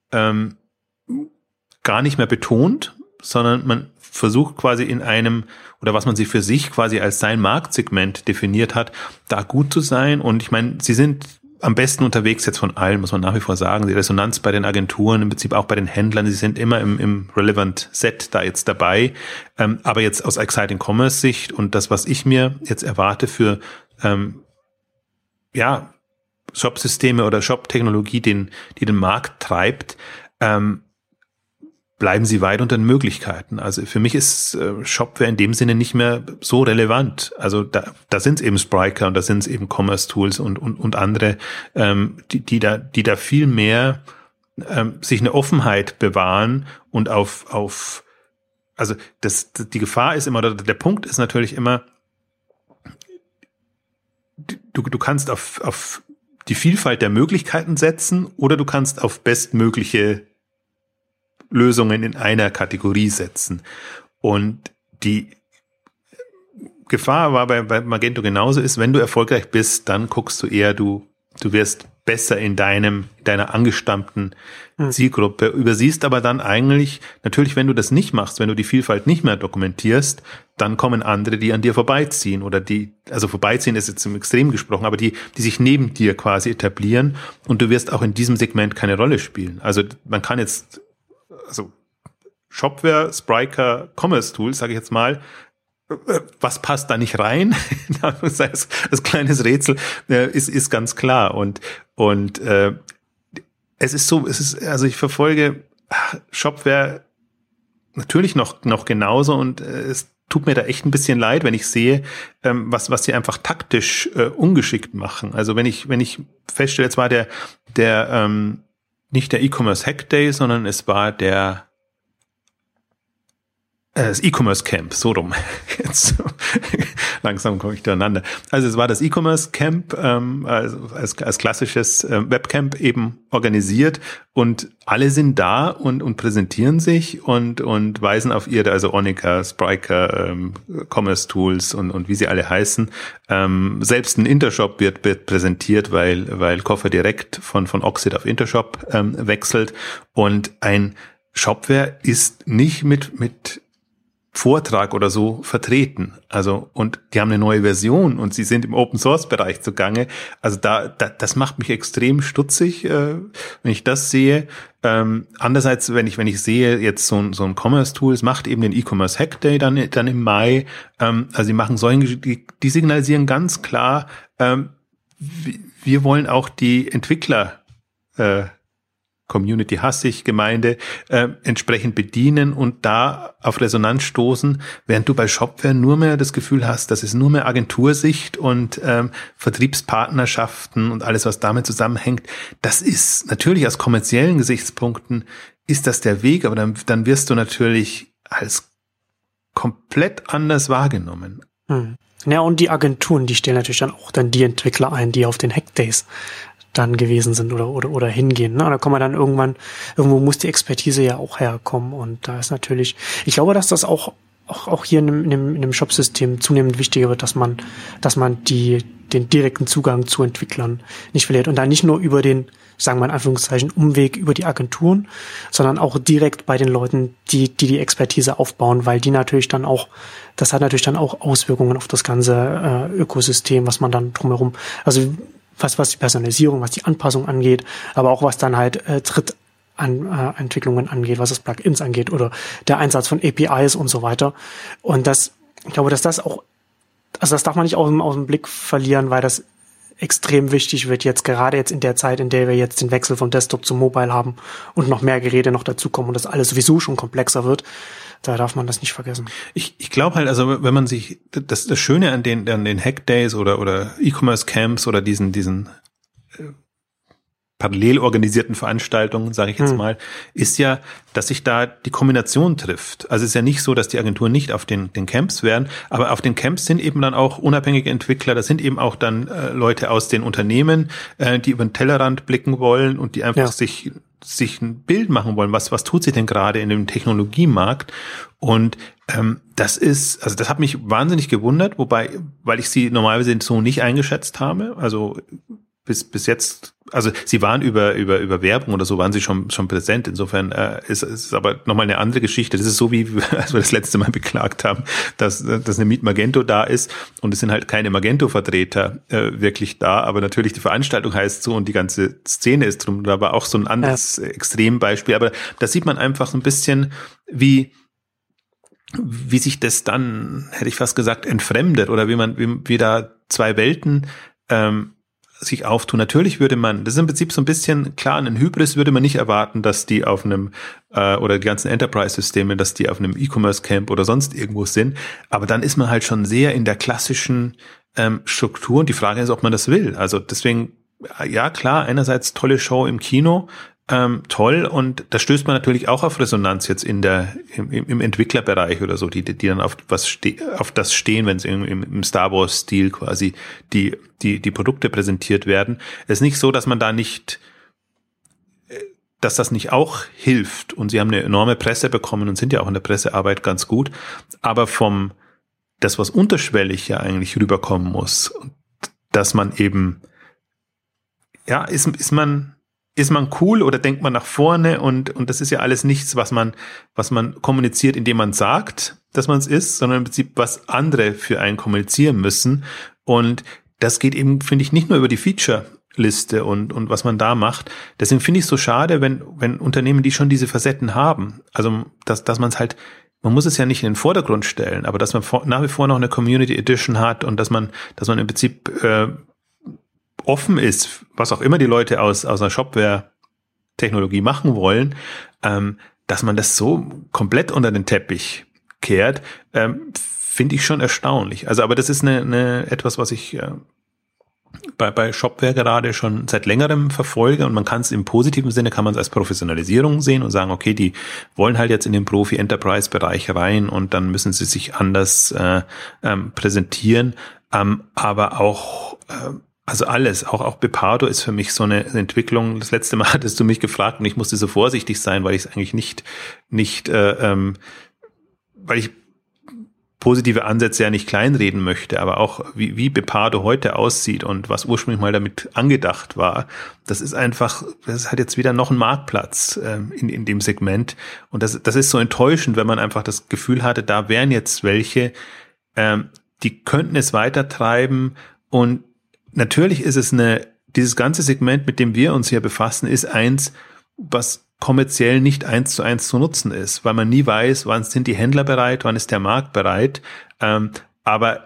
gar nicht mehr betont, sondern man versucht quasi in einem, oder was man sich für sich quasi als sein Marktsegment definiert hat, da gut zu sein. Und ich meine, sie sind am besten unterwegs jetzt von allen, muss man nach wie vor sagen. Die Resonanz bei den Agenturen, im Prinzip auch bei den Händlern, sie sind immer im Relevant Set da jetzt dabei. Aber jetzt aus Exciting Commerce Sicht und das, was ich mir jetzt erwarte für Shop-Systeme oder Shop-Technologie, die den Markt treibt, bleiben sie weit unter den Möglichkeiten. Also für mich ist Shopware in dem Sinne nicht mehr so relevant. Also da sind es eben Spryker und da sind es eben Commerce Tools und andere, die da viel mehr sich eine Offenheit bewahren und also die Gefahr ist immer, oder der Punkt ist natürlich immer, du kannst auf die Vielfalt der Möglichkeiten setzen oder du kannst auf bestmögliche Lösungen in einer Kategorie setzen. Und die Gefahr war bei Magento genauso ist, wenn du erfolgreich bist, dann guckst du eher, du wirst besser in deiner angestammten Zielgruppe, übersiehst aber dann eigentlich, natürlich, wenn du das nicht machst, wenn du die Vielfalt nicht mehr dokumentierst, dann kommen andere, die an dir vorbeiziehen oder also vorbeiziehen ist jetzt im Extrem gesprochen, aber die sich neben dir quasi etablieren und du wirst auch in diesem Segment keine Rolle spielen. Also man kann jetzt, also Shopware, Spryker, Commerce Tools, sage ich jetzt mal, was passt da nicht rein? Das kleines Rätsel ist ganz klar und also ich verfolge Shopware natürlich noch genauso und es tut mir da echt ein bisschen leid, wenn ich sehe, was sie einfach taktisch ungeschickt machen. Also wenn ich feststelle, jetzt war der nicht der E-Commerce Hack Day, sondern es war das E-Commerce Camp, so rum. Jetzt langsam komme ich durcheinander. Also es war das E-Commerce Camp, also als klassisches Webcamp eben organisiert und alle sind da und präsentieren sich und weisen auf ihre, also Onica, Spryker, Commerce Tools und wie sie alle heißen. Selbst ein Intershop wird präsentiert, weil Koffer direkt von Oxid auf Intershop wechselt und ein Shopware ist nicht mit Vortrag oder so vertreten. Also, und die haben eine neue Version und sie sind im Open Source Bereich zugange. Also das macht mich extrem stutzig, wenn ich das sehe. Andererseits, wenn ich sehe, jetzt so ein Commerce Tool, es macht eben den E-Commerce Hack Day dann im Mai. Also die machen die signalisieren ganz klar, wir wollen auch die Entwickler Community hassig Gemeinde entsprechend bedienen und da auf Resonanz stoßen, während du bei Shopware nur mehr das Gefühl hast, das ist nur mehr Agentursicht und Vertriebspartnerschaften und alles, was damit zusammenhängt. Das ist natürlich aus kommerziellen Gesichtspunkten ist das der Weg, aber dann wirst du natürlich als komplett anders wahrgenommen. Ja, und die Agenturen, die stellen natürlich dann auch dann die Entwickler ein, die auf den Hackdays dann gewesen sind oder hingehen. Ne? Da kommen wir dann irgendwo muss die Expertise ja auch herkommen. Und da ist natürlich, ich glaube, dass das auch hier in dem Shop-System zunehmend wichtiger wird, dass man den direkten Zugang zu Entwicklern nicht verliert. Und dann nicht nur über den, sagen wir in Anführungszeichen, Umweg über die Agenturen, sondern auch direkt bei den Leuten, die Expertise aufbauen, weil die natürlich dann auch, das hat natürlich dann auch Auswirkungen auf das ganze Ökosystem, was man dann drumherum, also was die Personalisierung, was die Anpassung angeht, aber auch was dann halt Tritt an Entwicklungen angeht, was das Plugins angeht oder der Einsatz von APIs und so weiter. Und ich glaube, dass das auch, also das darf man nicht aus dem Blick verlieren, weil das extrem wichtig wird gerade jetzt in der Zeit, in der wir jetzt den Wechsel vom Desktop zum Mobile haben und noch mehr Geräte noch dazukommen und das alles sowieso schon komplexer wird. Da darf man das nicht vergessen. Ich glaube halt, also wenn man sich, das Schöne an den Hackdays oder E-Commerce Camps oder diesen parallel organisierten Veranstaltungen, sage ich jetzt mal, ist ja, dass sich da die Kombination trifft. Also es ist ja nicht so, dass die Agenturen nicht auf den Camps wären, aber auf den Camps sind eben dann auch unabhängige Entwickler, das sind eben auch dann Leute aus den Unternehmen, die über den Tellerrand blicken wollen und die einfach sich ein Bild machen wollen, was tut sich denn gerade in dem Technologiemarkt. Und das hat mich wahnsinnig gewundert, weil ich sie normalerweise so nicht eingeschätzt habe. Also bis jetzt, also sie waren über Werbung oder so, waren sie schon präsent. Insofern ist es aber nochmal eine andere Geschichte. Das ist so, wie als wir das letzte Mal beklagt haben, dass eine Meet Magento da ist und es sind halt keine Magento-Vertreter wirklich da, aber natürlich die Veranstaltung heißt so und die ganze Szene ist drum. Da war auch so ein anderes Extrembeispiel, aber da sieht man einfach so ein bisschen, wie sich das dann, hätte ich fast gesagt, entfremdet oder wie da zwei Welten sich auftun. Natürlich würde man, das ist im Prinzip so ein bisschen, klar, einen Hybris würde man nicht erwarten, dass die auf einem, oder die ganzen Enterprise-Systeme, dass die auf einem E-Commerce-Camp oder sonst irgendwo sind, aber dann ist man halt schon sehr in der klassischen Struktur und die Frage ist, ob man das will. Also deswegen, ja klar, einerseits tolle Show im Kino, toll und da stößt man natürlich auch auf Resonanz jetzt im Entwicklerbereich oder so, die dann auf das stehen, wenn es im Star Wars Stil quasi die Produkte präsentiert werden. Es ist nicht so, dass man da nicht, dass das nicht auch hilft und sie haben eine enorme Presse bekommen und sind ja auch in der Pressearbeit ganz gut, aber das, was unterschwellig ja eigentlich rüberkommen muss, dass man eben, ja, ist man cool oder denkt man nach vorne und das ist ja alles nichts, was man kommuniziert, indem man sagt, dass man es ist, sondern im Prinzip, was andere für einen kommunizieren müssen. Und das geht eben, finde ich, nicht nur über die Feature-Liste und was man da macht. Deswegen finde ich es so schade, wenn Unternehmen, die schon diese Facetten haben, also dass man es halt, man muss es ja nicht in den Vordergrund stellen, aber dass man nach wie vor noch eine Community Edition hat und dass man im Prinzip offen ist, was auch immer die Leute aus einer Shopware-Technologie machen wollen, dass man das so komplett unter den Teppich kehrt, finde ich schon erstaunlich. Also, aber das ist etwas, was ich bei Shopware gerade schon seit längerem verfolge und man kann es im positiven Sinne, kann man es als Professionalisierung sehen und sagen, okay, die wollen halt jetzt in den Profi-Enterprise-Bereich rein und dann müssen sie sich anders präsentieren, aber auch also alles, auch Bepardo ist für mich so eine Entwicklung. Das letzte Mal hattest du mich gefragt und ich musste so vorsichtig sein, weil ich es eigentlich nicht, weil ich positive Ansätze ja nicht kleinreden möchte, aber auch wie Bepardo heute aussieht und was ursprünglich mal damit angedacht war, das ist jetzt wieder noch ein Marktplatz in dem Segment und das ist so enttäuschend, wenn man einfach das Gefühl hatte, da wären jetzt welche, die könnten es weitertreiben und natürlich ist es dieses ganze Segment, mit dem wir uns hier befassen, ist eins, was kommerziell nicht 1:1 zu nutzen ist, weil man nie weiß, wann sind die Händler bereit, wann ist der Markt bereit. Aber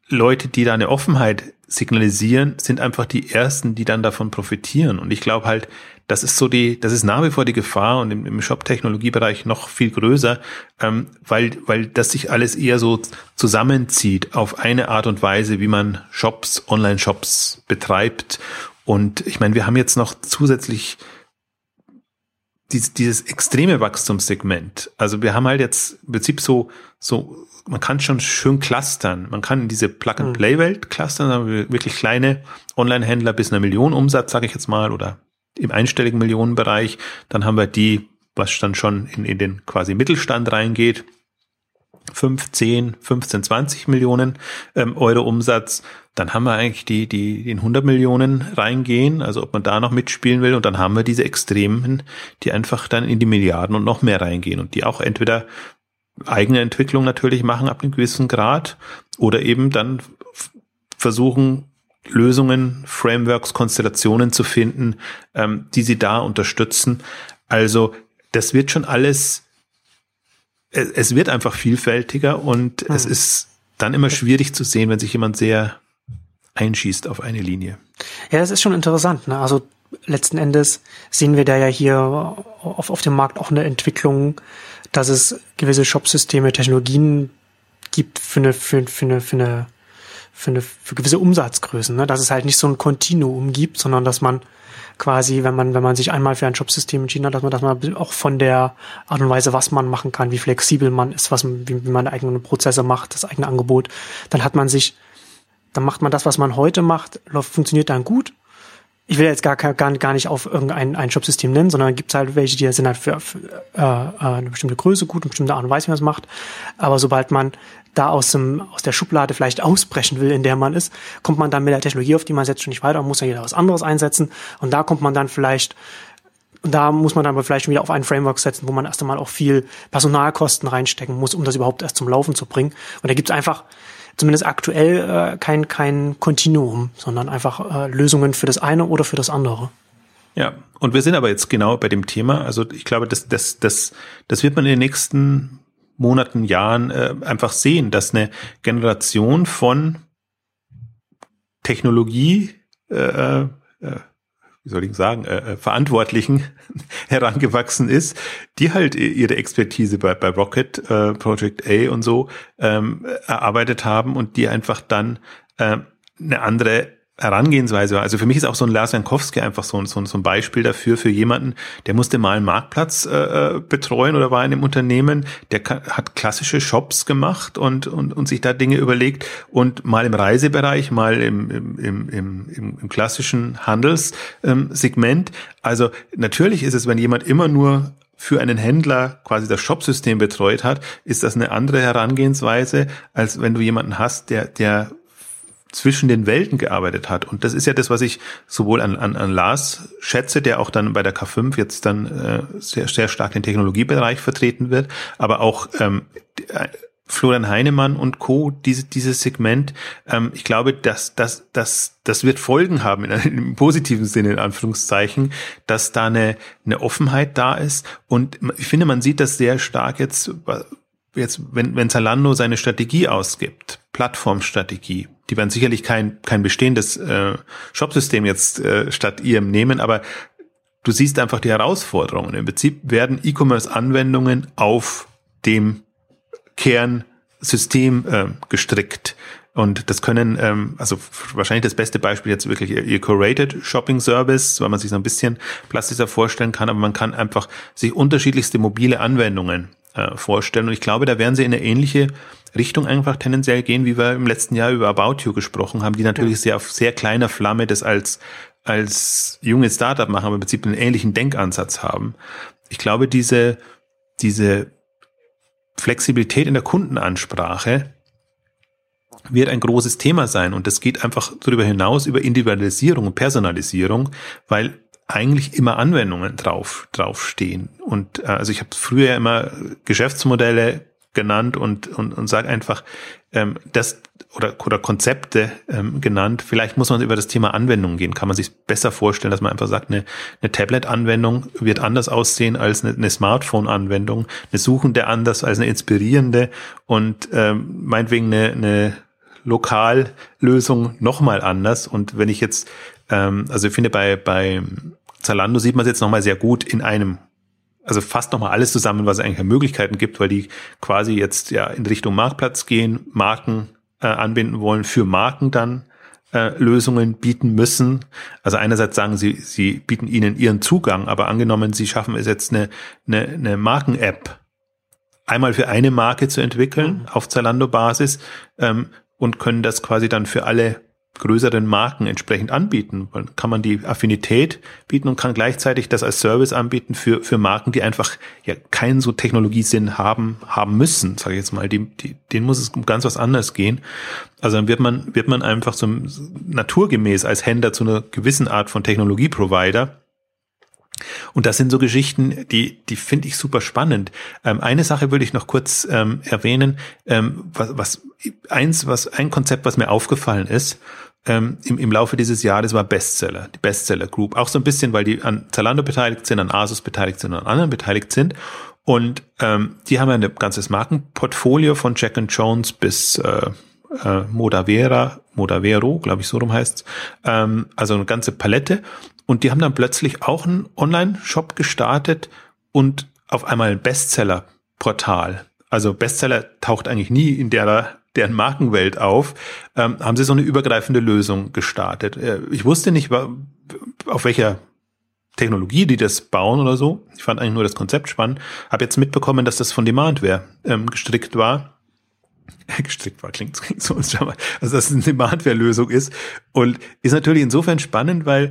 Leute, die da eine Offenheit signalisieren, sind einfach die Ersten, die dann davon profitieren. Und ich glaube halt, das ist nach wie vor die Gefahr und im Shop-Technologiebereich noch viel größer, weil das sich alles eher so zusammenzieht auf eine Art und Weise, wie man Online-Shops betreibt. Und ich meine, wir haben jetzt noch zusätzlich dieses extreme Wachstumssegment. Also wir haben halt jetzt im Prinzip so man kann schon schön clustern. Man kann in diese Plug-and-Play-Welt clustern, da haben wir wirklich kleine Online-Händler bis 1 Million Umsatz, sage ich jetzt mal, oder im einstelligen Millionenbereich. Dann haben wir die, was dann schon in den quasi Mittelstand reingeht, 5, 10, 15, 20 Millionen Euro Umsatz. Dann haben wir eigentlich die in 100 Millionen reingehen, also ob man da noch mitspielen will. Und dann haben wir diese Extremen, die einfach dann in die Milliarden und noch mehr reingehen und die auch entweder eigene Entwicklung natürlich machen ab einem gewissen Grad oder eben dann versuchen, Lösungen, Frameworks, Konstellationen zu finden, die sie da unterstützen. Also das wird schon alles, es wird einfach vielfältiger und es ist dann immer schwierig zu sehen, wenn sich jemand sehr einschießt auf eine Linie. Ja, das ist schon interessant, ne? Also letzten Endes sehen wir da ja hier auf dem Markt auch eine Entwicklung, dass es gewisse Shopsysteme, Technologien gibt für gewisse Umsatzgrößen, ne? Dass es halt nicht so ein Kontinuum gibt, sondern dass man quasi, wenn man sich einmal für ein Shopsystem entschieden hat, dass man auch von der Art und Weise, was man machen kann, wie flexibel man ist, wie man eigene Prozesse macht, das eigene Angebot, dann macht man das, was man heute macht, funktioniert dann gut. Ich will jetzt gar nicht auf irgendein Shopsystem nennen, sondern gibt es halt welche, die sind halt für eine bestimmte Größe gut, eine bestimmte Art und Weise, wie man es macht. Aber sobald man da aus der Schublade vielleicht ausbrechen will, in der man ist, kommt man dann mit der Technologie, auf die man setzt, schon nicht weiter und muss ja jeder was anderes einsetzen. Und da kommt man dann vielleicht, und da muss man dann aber vielleicht schon wieder auf ein Framework setzen, wo man erst einmal auch viel Personalkosten reinstecken muss, um das überhaupt erst zum Laufen zu bringen. Und da gibt es einfach zumindest aktuell kein Kontinuum, sondern einfach Lösungen für das eine oder für das andere. Ja, und wir sind aber jetzt genau bei dem Thema. Also ich glaube, das wird man in den nächsten Monaten, Jahren einfach sehen, dass eine Generation von Technologie, Verantwortlichen herangewachsen ist, die halt ihre Expertise bei Rocket, Project A und so erarbeitet haben und die einfach dann eine andere Herangehensweise. Also für mich ist auch so ein Lars Jankowski einfach so ein Beispiel dafür, für jemanden, der musste mal einen Marktplatz betreuen oder war in einem Unternehmen, der hat klassische Shops gemacht und sich da Dinge überlegt und mal im Reisebereich, mal im klassischen Handelssegment. Also natürlich ist es, wenn jemand immer nur für einen Händler quasi das Shopsystem betreut hat, ist das eine andere Herangehensweise, als wenn du jemanden hast, der zwischen den Welten gearbeitet hat. Und das ist ja das, was ich sowohl an Lars schätze, der auch dann bei der K5 jetzt dann sehr, sehr stark den Technologiebereich vertreten wird, aber auch Florian Heinemann und Co., dieses Segment, ich glaube, das wird Folgen haben, im positiven Sinne, in Anführungszeichen, dass da eine Offenheit da ist. Und ich finde, man sieht das sehr stark jetzt, wenn Zalando seine Strategie ausgibt, Plattformstrategie, die werden sicherlich kein bestehendes Shopsystem jetzt statt ihrem nehmen, aber du siehst einfach die Herausforderungen. Im Prinzip werden E-Commerce-Anwendungen auf dem Kernsystem gestrickt. Und das können, also wahrscheinlich das beste Beispiel jetzt wirklich ihr Curated Shopping Service, weil man sich so ein bisschen plastischer vorstellen kann, aber man kann einfach sich unterschiedlichste mobile Anwendungen vorstellen. Und ich glaube, da werden sie in eine ähnliche Richtung einfach tendenziell gehen, wie wir im letzten Jahr über About You gesprochen haben, die natürlich sehr auf sehr kleiner Flamme das als junge Startup machen, aber im Prinzip einen ähnlichen Denkansatz haben. Ich glaube, diese Flexibilität in der Kundenansprache wird ein großes Thema sein. Und das geht einfach darüber hinaus, über Individualisierung und Personalisierung, weil eigentlich immer Anwendungen draufstehen. Und also ich habe früher ja immer Geschäftsmodelle genannt und sage einfach das oder Konzepte genannt. Vielleicht muss man über das Thema Anwendungen gehen. Kann man sich besser vorstellen, dass man einfach sagt, eine Tablet-Anwendung wird anders aussehen als eine Smartphone-Anwendung, eine suchende anders als eine inspirierende und meinetwegen eine Lokallösung nochmal anders. Und wenn ich jetzt, also ich finde bei Zalando sieht man es jetzt nochmal sehr gut in einem, also fast nochmal alles zusammen, was es eigentlich an Möglichkeiten gibt, weil die quasi jetzt ja in Richtung Marktplatz gehen, Marken anbinden wollen, für Marken dann Lösungen bieten müssen. Also einerseits sagen sie bieten ihnen ihren Zugang, aber angenommen, sie schaffen es jetzt eine Marken-App einmal für eine Marke zu entwickeln auf Zalando-Basis und können das quasi dann für alle größeren Marken entsprechend anbieten. Dann kann man die Affinität bieten und kann gleichzeitig das als Service anbieten für Marken, die einfach ja keinen so Technologiesinn haben müssen, sage ich jetzt mal. Denen muss es um ganz was anderes gehen. Also dann wird man einfach so naturgemäß als Händler zu einer gewissen Art von Technologie-Provider. Und das sind so Geschichten, die finde ich super spannend. Eine Sache würde ich noch kurz erwähnen, ein Konzept, was mir aufgefallen ist, im Laufe dieses Jahres war Bestseller, die Bestseller Group. Auch so ein bisschen, weil die an Zalando beteiligt sind, an Asus beteiligt sind und an anderen beteiligt sind. Und die haben ein ganzes Markenportfolio von Jack & Jones bis Modavero, glaube ich, so rum heißt's. Also eine ganze Palette. Und die haben dann plötzlich auch einen Online-Shop gestartet und auf einmal ein Bestseller-Portal. Also Bestseller taucht eigentlich nie in deren Markenwelt auf. Haben sie so eine übergreifende Lösung gestartet. Ich wusste nicht, auf welcher Technologie die das bauen oder so. Ich fand eigentlich nur das Konzept spannend. Habe jetzt mitbekommen, dass das von Demandware gestrickt war. Gestrickt war, klingt so. Also dass es eine Demandware-Lösung ist. Und ist natürlich insofern spannend, weil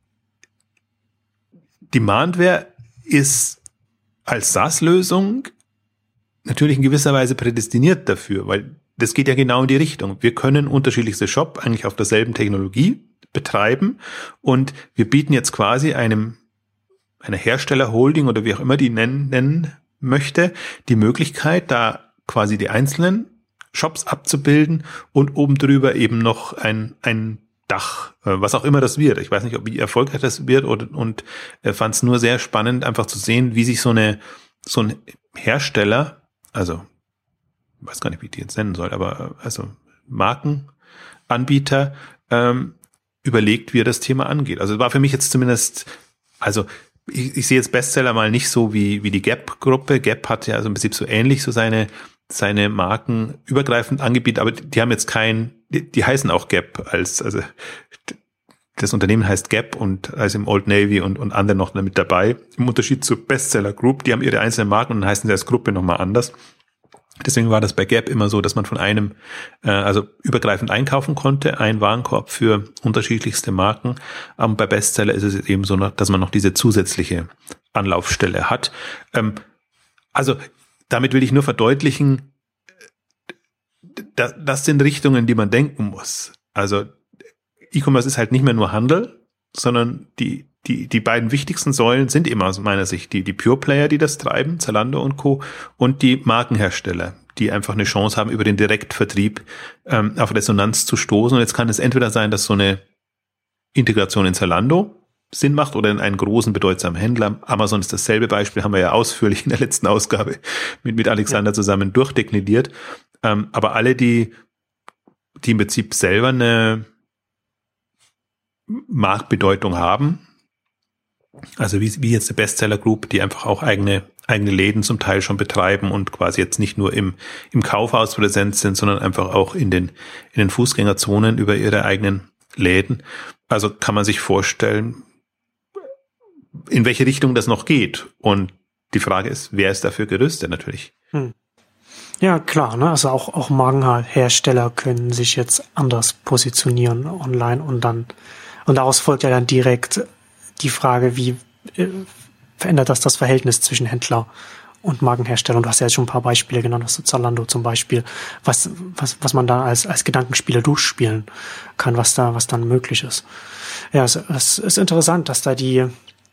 Demandware ist als SaaS-Lösung natürlich in gewisser Weise prädestiniert dafür, weil das geht ja genau in die Richtung. Wir können unterschiedlichste Shop eigentlich auf derselben Technologie betreiben und wir bieten jetzt quasi einer Herstellerholding oder wie auch immer die nennen möchte, die Möglichkeit, da quasi die einzelnen Shops abzubilden und oben drüber eben noch ein Dach, was auch immer das wird. Ich weiß nicht, wie erfolgreich das wird und fand es nur sehr spannend, einfach zu sehen, wie sich so ein Hersteller, also ich weiß gar nicht, wie ich die jetzt nennen soll, aber also Markenanbieter überlegt, wie er das Thema angeht. Also war für mich jetzt zumindest, also ich sehe jetzt Bestseller mal nicht so wie die Gap-Gruppe. Gap hat ja so im Prinzip so ähnlich so seine Marken übergreifend angebietet, aber die haben jetzt die heißen auch Gap also das Unternehmen heißt Gap und also im Old Navy und andere noch mit dabei. Im Unterschied zur Bestseller Group, die haben ihre einzelnen Marken und dann heißen sie als Gruppe nochmal anders. Deswegen war das bei Gap immer so, dass man von einem also übergreifend einkaufen konnte, ein Warenkorb für unterschiedlichste Marken. Aber bei Bestseller ist es eben so, dass man noch diese zusätzliche Anlaufstelle hat. Also damit will ich nur verdeutlichen, das sind Richtungen, die man denken muss. Also E-Commerce ist halt nicht mehr nur Handel, sondern die beiden wichtigsten Säulen sind immer aus meiner Sicht die Pure Player, die das treiben, Zalando und Co. und die Markenhersteller, die einfach eine Chance haben, über den Direktvertrieb auf Resonanz zu stoßen. Und jetzt kann es entweder sein, dass so eine Integration in Zalando Sinn macht oder in einen großen, bedeutsamen Händler. Amazon ist dasselbe Beispiel, haben wir ja ausführlich in der letzten Ausgabe mit Alexander zusammen durchdekliniert. Aber alle, die im Prinzip selber eine Marktbedeutung haben, also wie jetzt eine Bestseller Group, die einfach auch eigene Läden zum Teil schon betreiben und quasi jetzt nicht nur im Kaufhaus präsent sind, sondern einfach auch in den Fußgängerzonen über ihre eigenen Läden. Also kann man sich vorstellen, in welche Richtung das noch geht. Und die Frage ist, wer ist dafür gerüstet natürlich? Ja, klar, ne? Also auch Markenhersteller können sich jetzt anders positionieren online und daraus folgt ja dann direkt die Frage, wie verändert das Verhältnis zwischen Händler und Markenhersteller? Und du hast ja jetzt schon ein paar Beispiele genannt, also Zalando zum Beispiel, was man da als Gedankenspieler durchspielen kann, was dann möglich ist. Ja, es ist interessant, dass da wie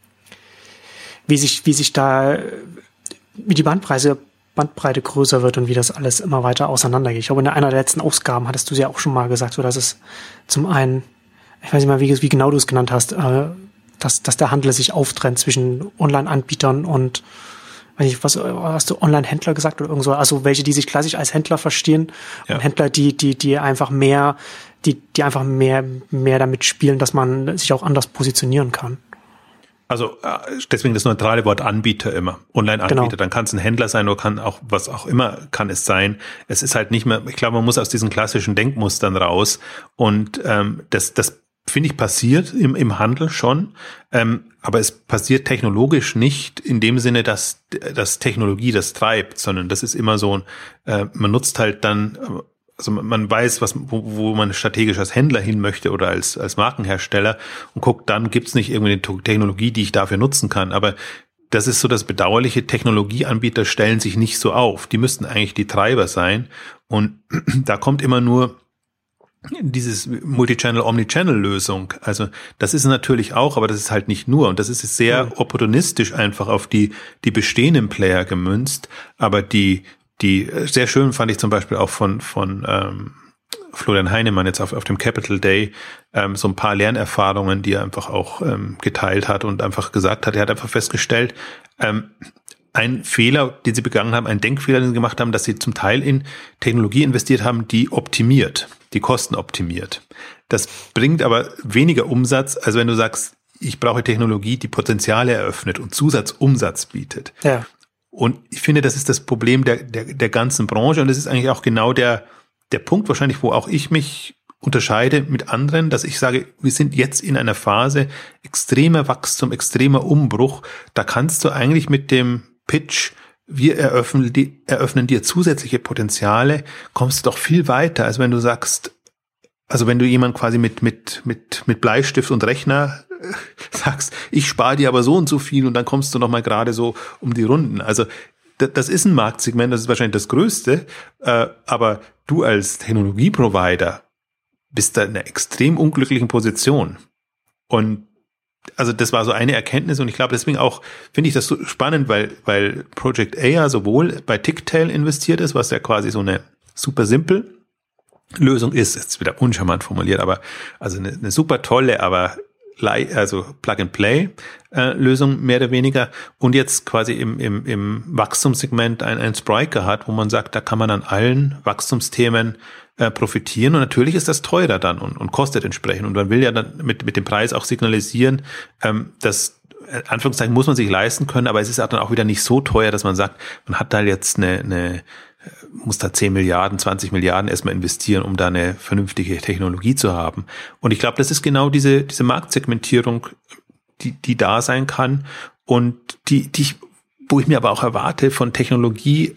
die Bandbreite größer wird und wie das alles immer weiter auseinandergeht. Ich glaube, in einer der letzten Ausgaben hattest du ja auch schon mal gesagt, so dass es zum einen, ich weiß nicht mal, wie genau du es genannt hast, dass der Handel sich auftrennt zwischen Online-Anbietern und weiß nicht, was hast du, Online-Händler gesagt oder irgend so, also welche, die sich klassisch als Händler verstehen, Ja. und Händler, die einfach mehr, die einfach mehr damit spielen, dass man sich auch anders positionieren kann. Also deswegen das neutrale Wort Anbieter immer. Online-Anbieter, Genau. Dann kann es ein Händler sein oder kann auch, was auch immer kann es sein. Es ist halt nicht mehr, ich glaube, man muss aus diesen klassischen Denkmustern raus. Und das finde ich passiert im Handel schon. Aber es passiert technologisch nicht in dem Sinne, dass Technologie das treibt, sondern das ist immer so, man nutzt halt dann, also man weiß, wo man strategisch als Händler hin möchte oder als Markenhersteller und guckt, dann gibt's nicht irgendwie eine Technologie, die ich dafür nutzen kann. Aber das ist so das Bedauerliche, Technologieanbieter stellen sich nicht so auf. Die müssten eigentlich die Treiber sein. Und da kommt immer nur dieses Multichannel, Omnichannel-Lösung. Also das ist natürlich auch, aber das ist halt nicht nur. Und das ist sehr opportunistisch einfach auf die bestehenden Player gemünzt. Aber die sehr schön fand ich zum Beispiel auch von Florian Heinemann jetzt auf dem Capital Day so ein paar Lernerfahrungen, die er einfach auch geteilt hat und einfach gesagt hat, er hat einfach festgestellt, ein Fehler, den sie begangen haben, ein Denkfehler, den sie gemacht haben, dass sie zum Teil in Technologie investiert haben, die optimiert, die Kosten optimiert. Das bringt aber weniger Umsatz, als wenn du sagst, ich brauche Technologie, die Potenziale eröffnet und Zusatzumsatz bietet. Ja. Und ich finde, das ist das Problem der ganzen Branche und das ist eigentlich auch genau der Punkt wahrscheinlich, wo auch ich mich unterscheide mit anderen, dass ich sage, wir sind jetzt in einer Phase extremer Wachstum, extremer Umbruch. Da kannst du eigentlich mit dem Pitch, wir eröffnen dir zusätzliche Potenziale, kommst du doch viel weiter, als wenn du sagst, also wenn du jemand quasi mit Bleistift und Rechner sagst, ich spare dir aber so und so viel und dann kommst du noch mal gerade so um die Runden. Also das ist ein Marktsegment, das ist wahrscheinlich das größte, aber du als Technologieprovider bist da in einer extrem unglücklichen Position. Und also das war so eine Erkenntnis und ich glaube deswegen auch finde ich das so spannend, weil Project A ja sowohl bei Ticktail investiert ist, was ja quasi so eine super simpel Lösung ist, jetzt wieder uncharmant formuliert, aber also eine super tolle, aber also Plug-and-Play-Lösung mehr oder weniger und jetzt quasi im Wachstumssegment ein Spryker hat, wo man sagt, da kann man an allen Wachstumsthemen profitieren und natürlich ist das teurer dann und kostet entsprechend und man will ja dann mit dem Preis auch signalisieren, dass Anführungszeichen muss man sich leisten können, aber es ist dann auch wieder nicht so teuer, dass man sagt, man hat da jetzt muss da 10 Milliarden, 20 Milliarden erstmal investieren, um da eine vernünftige Technologie zu haben. Und ich glaube, das ist genau diese Marktsegmentierung, die da sein kann und wo ich mir aber auch erwarte von Technologie,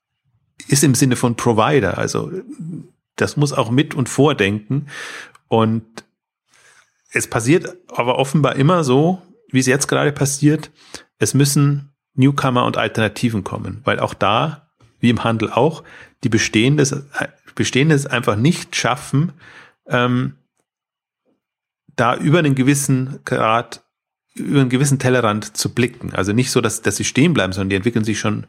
ist im Sinne von Provider. Also das muss auch mit und vordenken. Und es passiert aber offenbar immer so, wie es jetzt gerade passiert, es müssen Newcomer und Alternativen kommen, weil auch da wie im Handel auch, die Bestehendes einfach nicht schaffen, da über einen gewissen Grad, über einen gewissen Tellerrand zu blicken. Also nicht so, dass sie stehen bleiben, sondern die entwickeln sich schon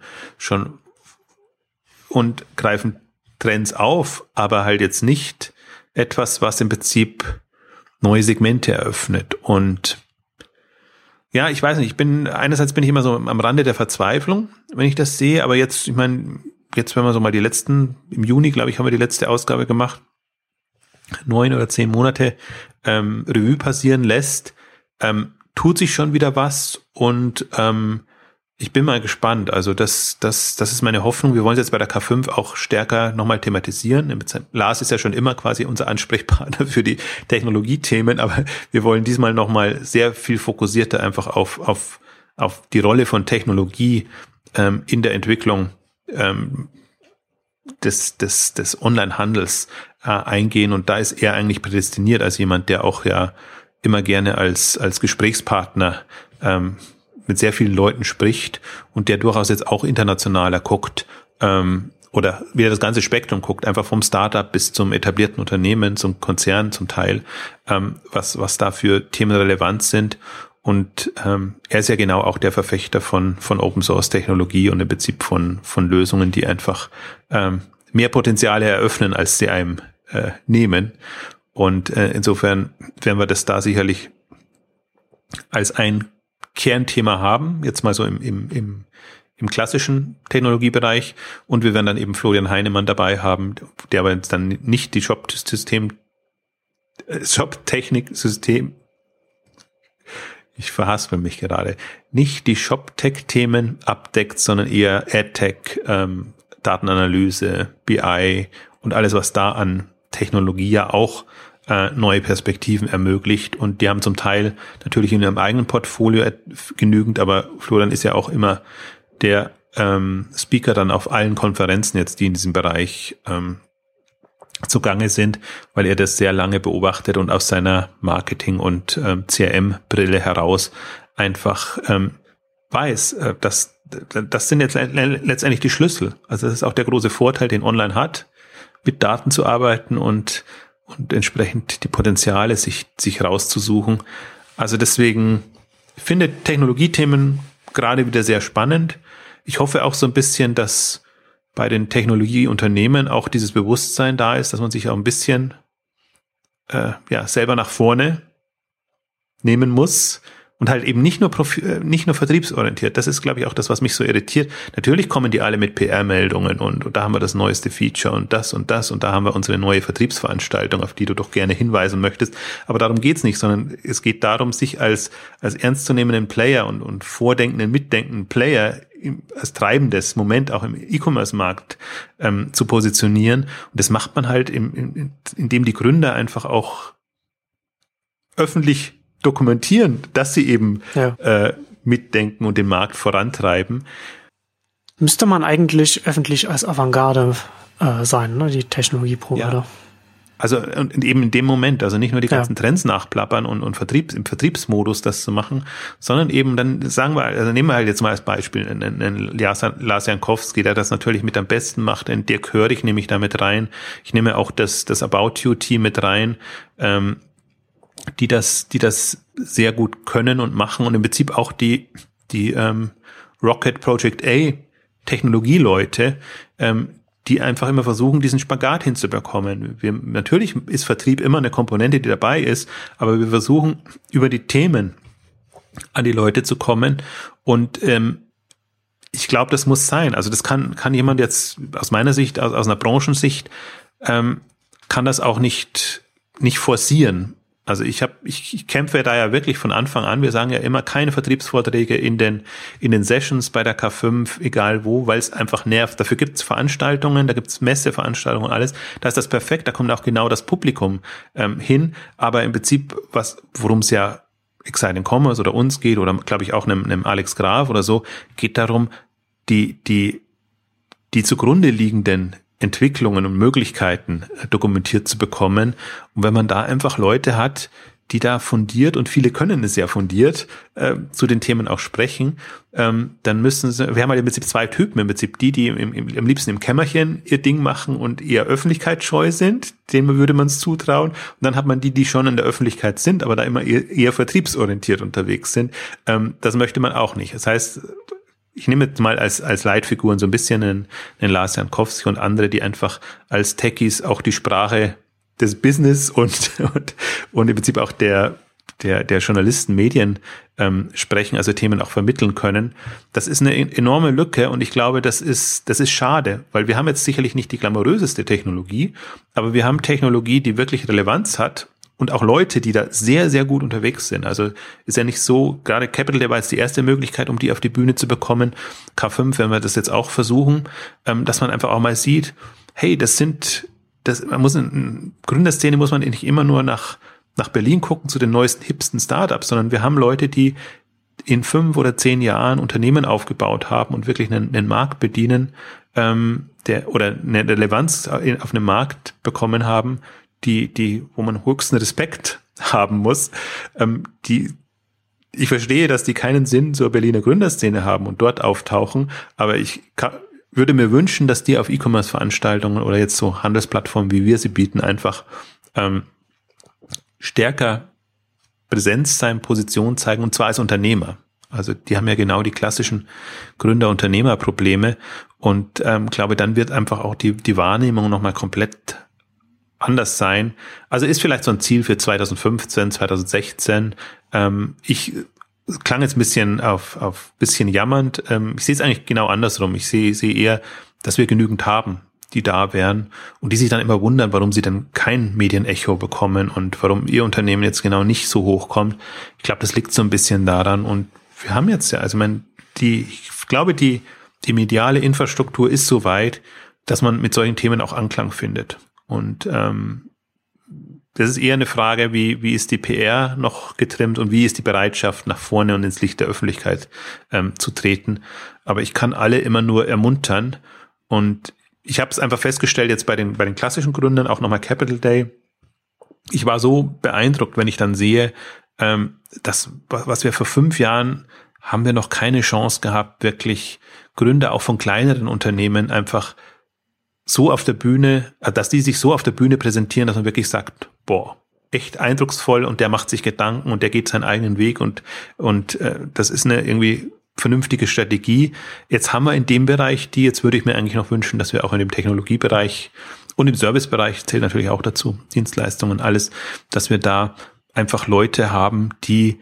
und greifen Trends auf, aber halt jetzt nicht etwas, was im Prinzip neue Segmente eröffnet. Und ja, ich weiß nicht, einerseits bin ich immer so am Rande der Verzweiflung, wenn ich das sehe, aber jetzt, ich meine, jetzt wenn wir so mal im Juni, glaube ich, haben wir die letzte Ausgabe gemacht, 9 oder 10 Monate Revue passieren lässt, tut sich schon wieder was und ich bin mal gespannt. Also das ist meine Hoffnung. Wir wollen es jetzt bei der K5 auch stärker nochmal thematisieren. Lars ist ja schon immer quasi unser Ansprechpartner für die Technologiethemen, aber wir wollen diesmal nochmal sehr viel fokussierter einfach auf die Rolle von Technologie in der Entwicklung des Online-Handels eingehen. Und da ist er eigentlich prädestiniert als jemand, der auch ja immer gerne als Gesprächspartner mit sehr vielen Leuten spricht und der durchaus jetzt auch internationaler guckt oder wieder das ganze Spektrum guckt, einfach vom Startup bis zum etablierten Unternehmen, zum Konzern zum Teil, was da für Themen relevant sind. Und er ist ja genau auch der Verfechter von Open-Source-Technologie und im Prinzip von Lösungen, die einfach mehr Potenziale eröffnen, als sie einem nehmen. Und insofern werden wir das da sicherlich als ein Kernthema haben, jetzt mal so im im klassischen Technologiebereich und wir werden dann eben Florian Heinemann dabei haben, der aber jetzt dann nicht die Shop-Technik-System, ich verhaspel mich gerade, nicht die Shop-Tech-Themen abdeckt, sondern eher AdTech, Datenanalyse, BI und alles, was da an Technologie ja auch neue Perspektiven ermöglicht. Und die haben zum Teil natürlich in ihrem eigenen Portfolio genügend, aber Florian ist ja auch immer der Speaker dann auf allen Konferenzen jetzt, die in diesem Bereich zugange sind, weil er das sehr lange beobachtet und aus seiner Marketing- und CRM-Brille heraus einfach weiß, dass das sind jetzt letztendlich die Schlüssel. Also das ist auch der große Vorteil, den online hat, mit Daten zu arbeiten und entsprechend die Potenziale sich rauszusuchen. Also deswegen finde ich Technologiethemen gerade wieder sehr spannend. Ich hoffe auch so ein bisschen, dass bei den Technologieunternehmen auch dieses Bewusstsein da ist, dass man sich auch ein bisschen selber nach vorne nehmen muss und halt eben nicht nur vertriebsorientiert. Das ist, glaube ich, auch das, was mich so irritiert. Natürlich kommen die alle mit PR-Meldungen und da haben wir das neueste Feature und das und das und da haben wir unsere neue Vertriebsveranstaltung, auf die du doch gerne hinweisen möchtest. Aber darum geht's nicht, sondern es geht darum, sich als ernstzunehmenden Player und vordenkenden, mitdenkenden Player als treibendes Moment auch im E-Commerce-Markt zu positionieren. Und das macht man halt, indem die Gründer einfach auch öffentlich dokumentieren, dass sie eben mitdenken und den Markt vorantreiben. Müsste man eigentlich öffentlich als Avantgarde sein, ne? Die Technologieprovider. Ja. Also und eben in dem Moment, also nicht nur die ganzen Trends nachplappern und im Vertriebsmodus das zu machen, sondern eben dann sagen wir, also nehmen wir halt jetzt mal als Beispiel einen Lars Jankowski, der das natürlich mit am besten macht, einen Dirk Hörig nehme ich da mit rein, ich nehme auch das About You Team mit rein, die das sehr gut können und machen und im Prinzip auch die Rocket Project A Technologieleute, die einfach immer versuchen, diesen Spagat hinzubekommen. Natürlich ist Vertrieb immer eine Komponente, die dabei ist, aber wir versuchen, über die Themen an die Leute zu kommen und ich glaube, das muss sein. Also das kann jemand jetzt aus meiner Sicht, aus einer Branchensicht, kann das auch nicht forcieren. Also ich kämpfe da ja wirklich von Anfang an. Wir sagen ja immer keine Vertriebsvorträge in den Sessions bei der K5, egal wo, weil es einfach nervt. Dafür gibt's Veranstaltungen, da gibt's Messeveranstaltungen und alles. Da ist das perfekt, da kommt auch genau das Publikum hin. Aber im Prinzip, worum es ja Exciting Commerce oder uns geht oder glaube ich auch einem Alex Graf oder so, geht darum, die zugrunde liegenden Entwicklungen und Möglichkeiten dokumentiert zu bekommen. Und wenn man da einfach Leute hat, die da fundiert, und viele können es ja fundiert, zu den Themen auch sprechen, dann wir haben halt im Prinzip zwei Typen, im Prinzip die am liebsten im Kämmerchen ihr Ding machen und eher öffentlichkeitsscheu sind, denen würde man es zutrauen. Und dann hat man die schon in der Öffentlichkeit sind, aber da immer eher vertriebsorientiert unterwegs sind. Das möchte man auch nicht. Das heißt, ich nehme jetzt mal als Leitfiguren so ein bisschen einen Lars Jankowski und andere, die einfach als Techies auch die Sprache des Business und im Prinzip auch der Journalisten, Medien sprechen, also Themen auch vermitteln können. Das ist eine enorme Lücke und ich glaube, das ist schade, weil wir haben jetzt sicherlich nicht die glamouröseste Technologie, aber wir haben Technologie, die wirklich Relevanz hat. Und auch Leute, die da sehr, sehr gut unterwegs sind. Also ist ja nicht so, gerade Capital, der war jetzt die erste Möglichkeit, um die auf die Bühne zu bekommen. K5, wenn wir das jetzt auch versuchen, dass man einfach auch mal sieht, hey, in Gründerszene muss man nicht immer nur nach Berlin gucken zu den neuesten, hipsten Startups, sondern wir haben Leute, die in 5 oder 10 Jahren Unternehmen aufgebaut haben und wirklich einen Markt bedienen, oder eine Relevanz auf einem Markt bekommen haben, wo man höchsten Respekt haben muss, ich verstehe, dass die keinen Sinn zur Berliner Gründerszene haben und dort auftauchen, aber ich würde mir wünschen, dass die auf E-Commerce-Veranstaltungen oder jetzt so Handelsplattformen, wie wir sie bieten, einfach stärker Präsenz sein, Position zeigen, und zwar als Unternehmer. Also die haben ja genau die klassischen Gründer-Unternehmer-Probleme und glaube, dann wird einfach auch die Wahrnehmung nochmal komplett anders sein. Also ist vielleicht so ein Ziel für 2015, 2016. Ich klang jetzt ein bisschen auf bisschen jammernd. Ich sehe es eigentlich genau andersrum. Ich sehe eher, dass wir genügend haben, die da wären und die sich dann immer wundern, warum sie dann kein Medienecho bekommen und warum ihr Unternehmen jetzt genau nicht so hochkommt. Ich glaube, das liegt so ein bisschen daran und wir haben jetzt ja, also ich glaube, die mediale Infrastruktur ist so weit, dass man mit solchen Themen auch Anklang findet. Und das ist eher eine Frage, wie ist die PR noch getrimmt und wie ist die Bereitschaft, nach vorne und ins Licht der Öffentlichkeit zu treten. Aber ich kann alle immer nur ermuntern und ich habe es einfach festgestellt jetzt bei den klassischen Gründern, auch nochmal Capital Day. Ich war so beeindruckt, wenn ich dann sehe, dass was wir vor 5 Jahren haben wir noch keine Chance gehabt, wirklich Gründer auch von kleineren Unternehmen einfach so auf der Bühne, dass die sich so auf der Bühne präsentieren, dass man wirklich sagt, boah, echt eindrucksvoll und der macht sich Gedanken und der geht seinen eigenen Weg und das ist eine irgendwie vernünftige Strategie. Jetzt haben wir in dem Bereich jetzt würde ich mir eigentlich noch wünschen, dass wir auch in dem Technologiebereich und im Servicebereich, zählt natürlich auch dazu, Dienstleistungen, alles, dass wir da einfach Leute haben, die,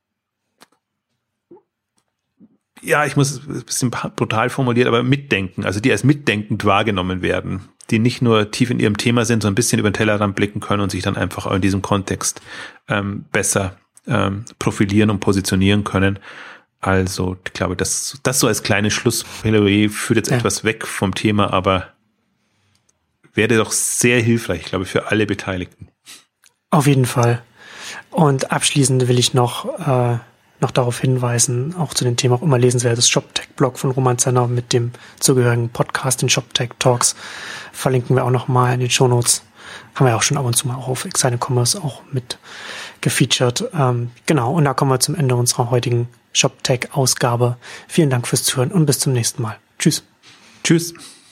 ja, ich muss es ein bisschen brutal formulieren, aber mitdenken, also die als mitdenkend wahrgenommen werden, die nicht nur tief in ihrem Thema sind, sondern ein bisschen über den Tellerrand blicken können und sich dann einfach auch in diesem Kontext besser profilieren und positionieren können. Also ich glaube, das so als kleines Schlussplädoyer führt jetzt etwas weg vom Thema, aber wäre doch sehr hilfreich, glaube ich, für alle Beteiligten. Auf jeden Fall. Und abschließend will ich noch darauf hinweisen, auch zu dem Thema auch immer lesenswertes ShopTech-Blog von Roman Zenner mit dem zugehörigen Podcast, den ShopTech Talks, verlinken wir auch nochmal in den Shownotes. Haben wir auch schon ab und zu mal auch auf Exciting Commerce auch mit gefeatured. Genau, und da kommen wir zum Ende unserer heutigen ShopTech-Ausgabe. Vielen Dank fürs Zuhören und bis zum nächsten Mal. Tschüss. Tschüss.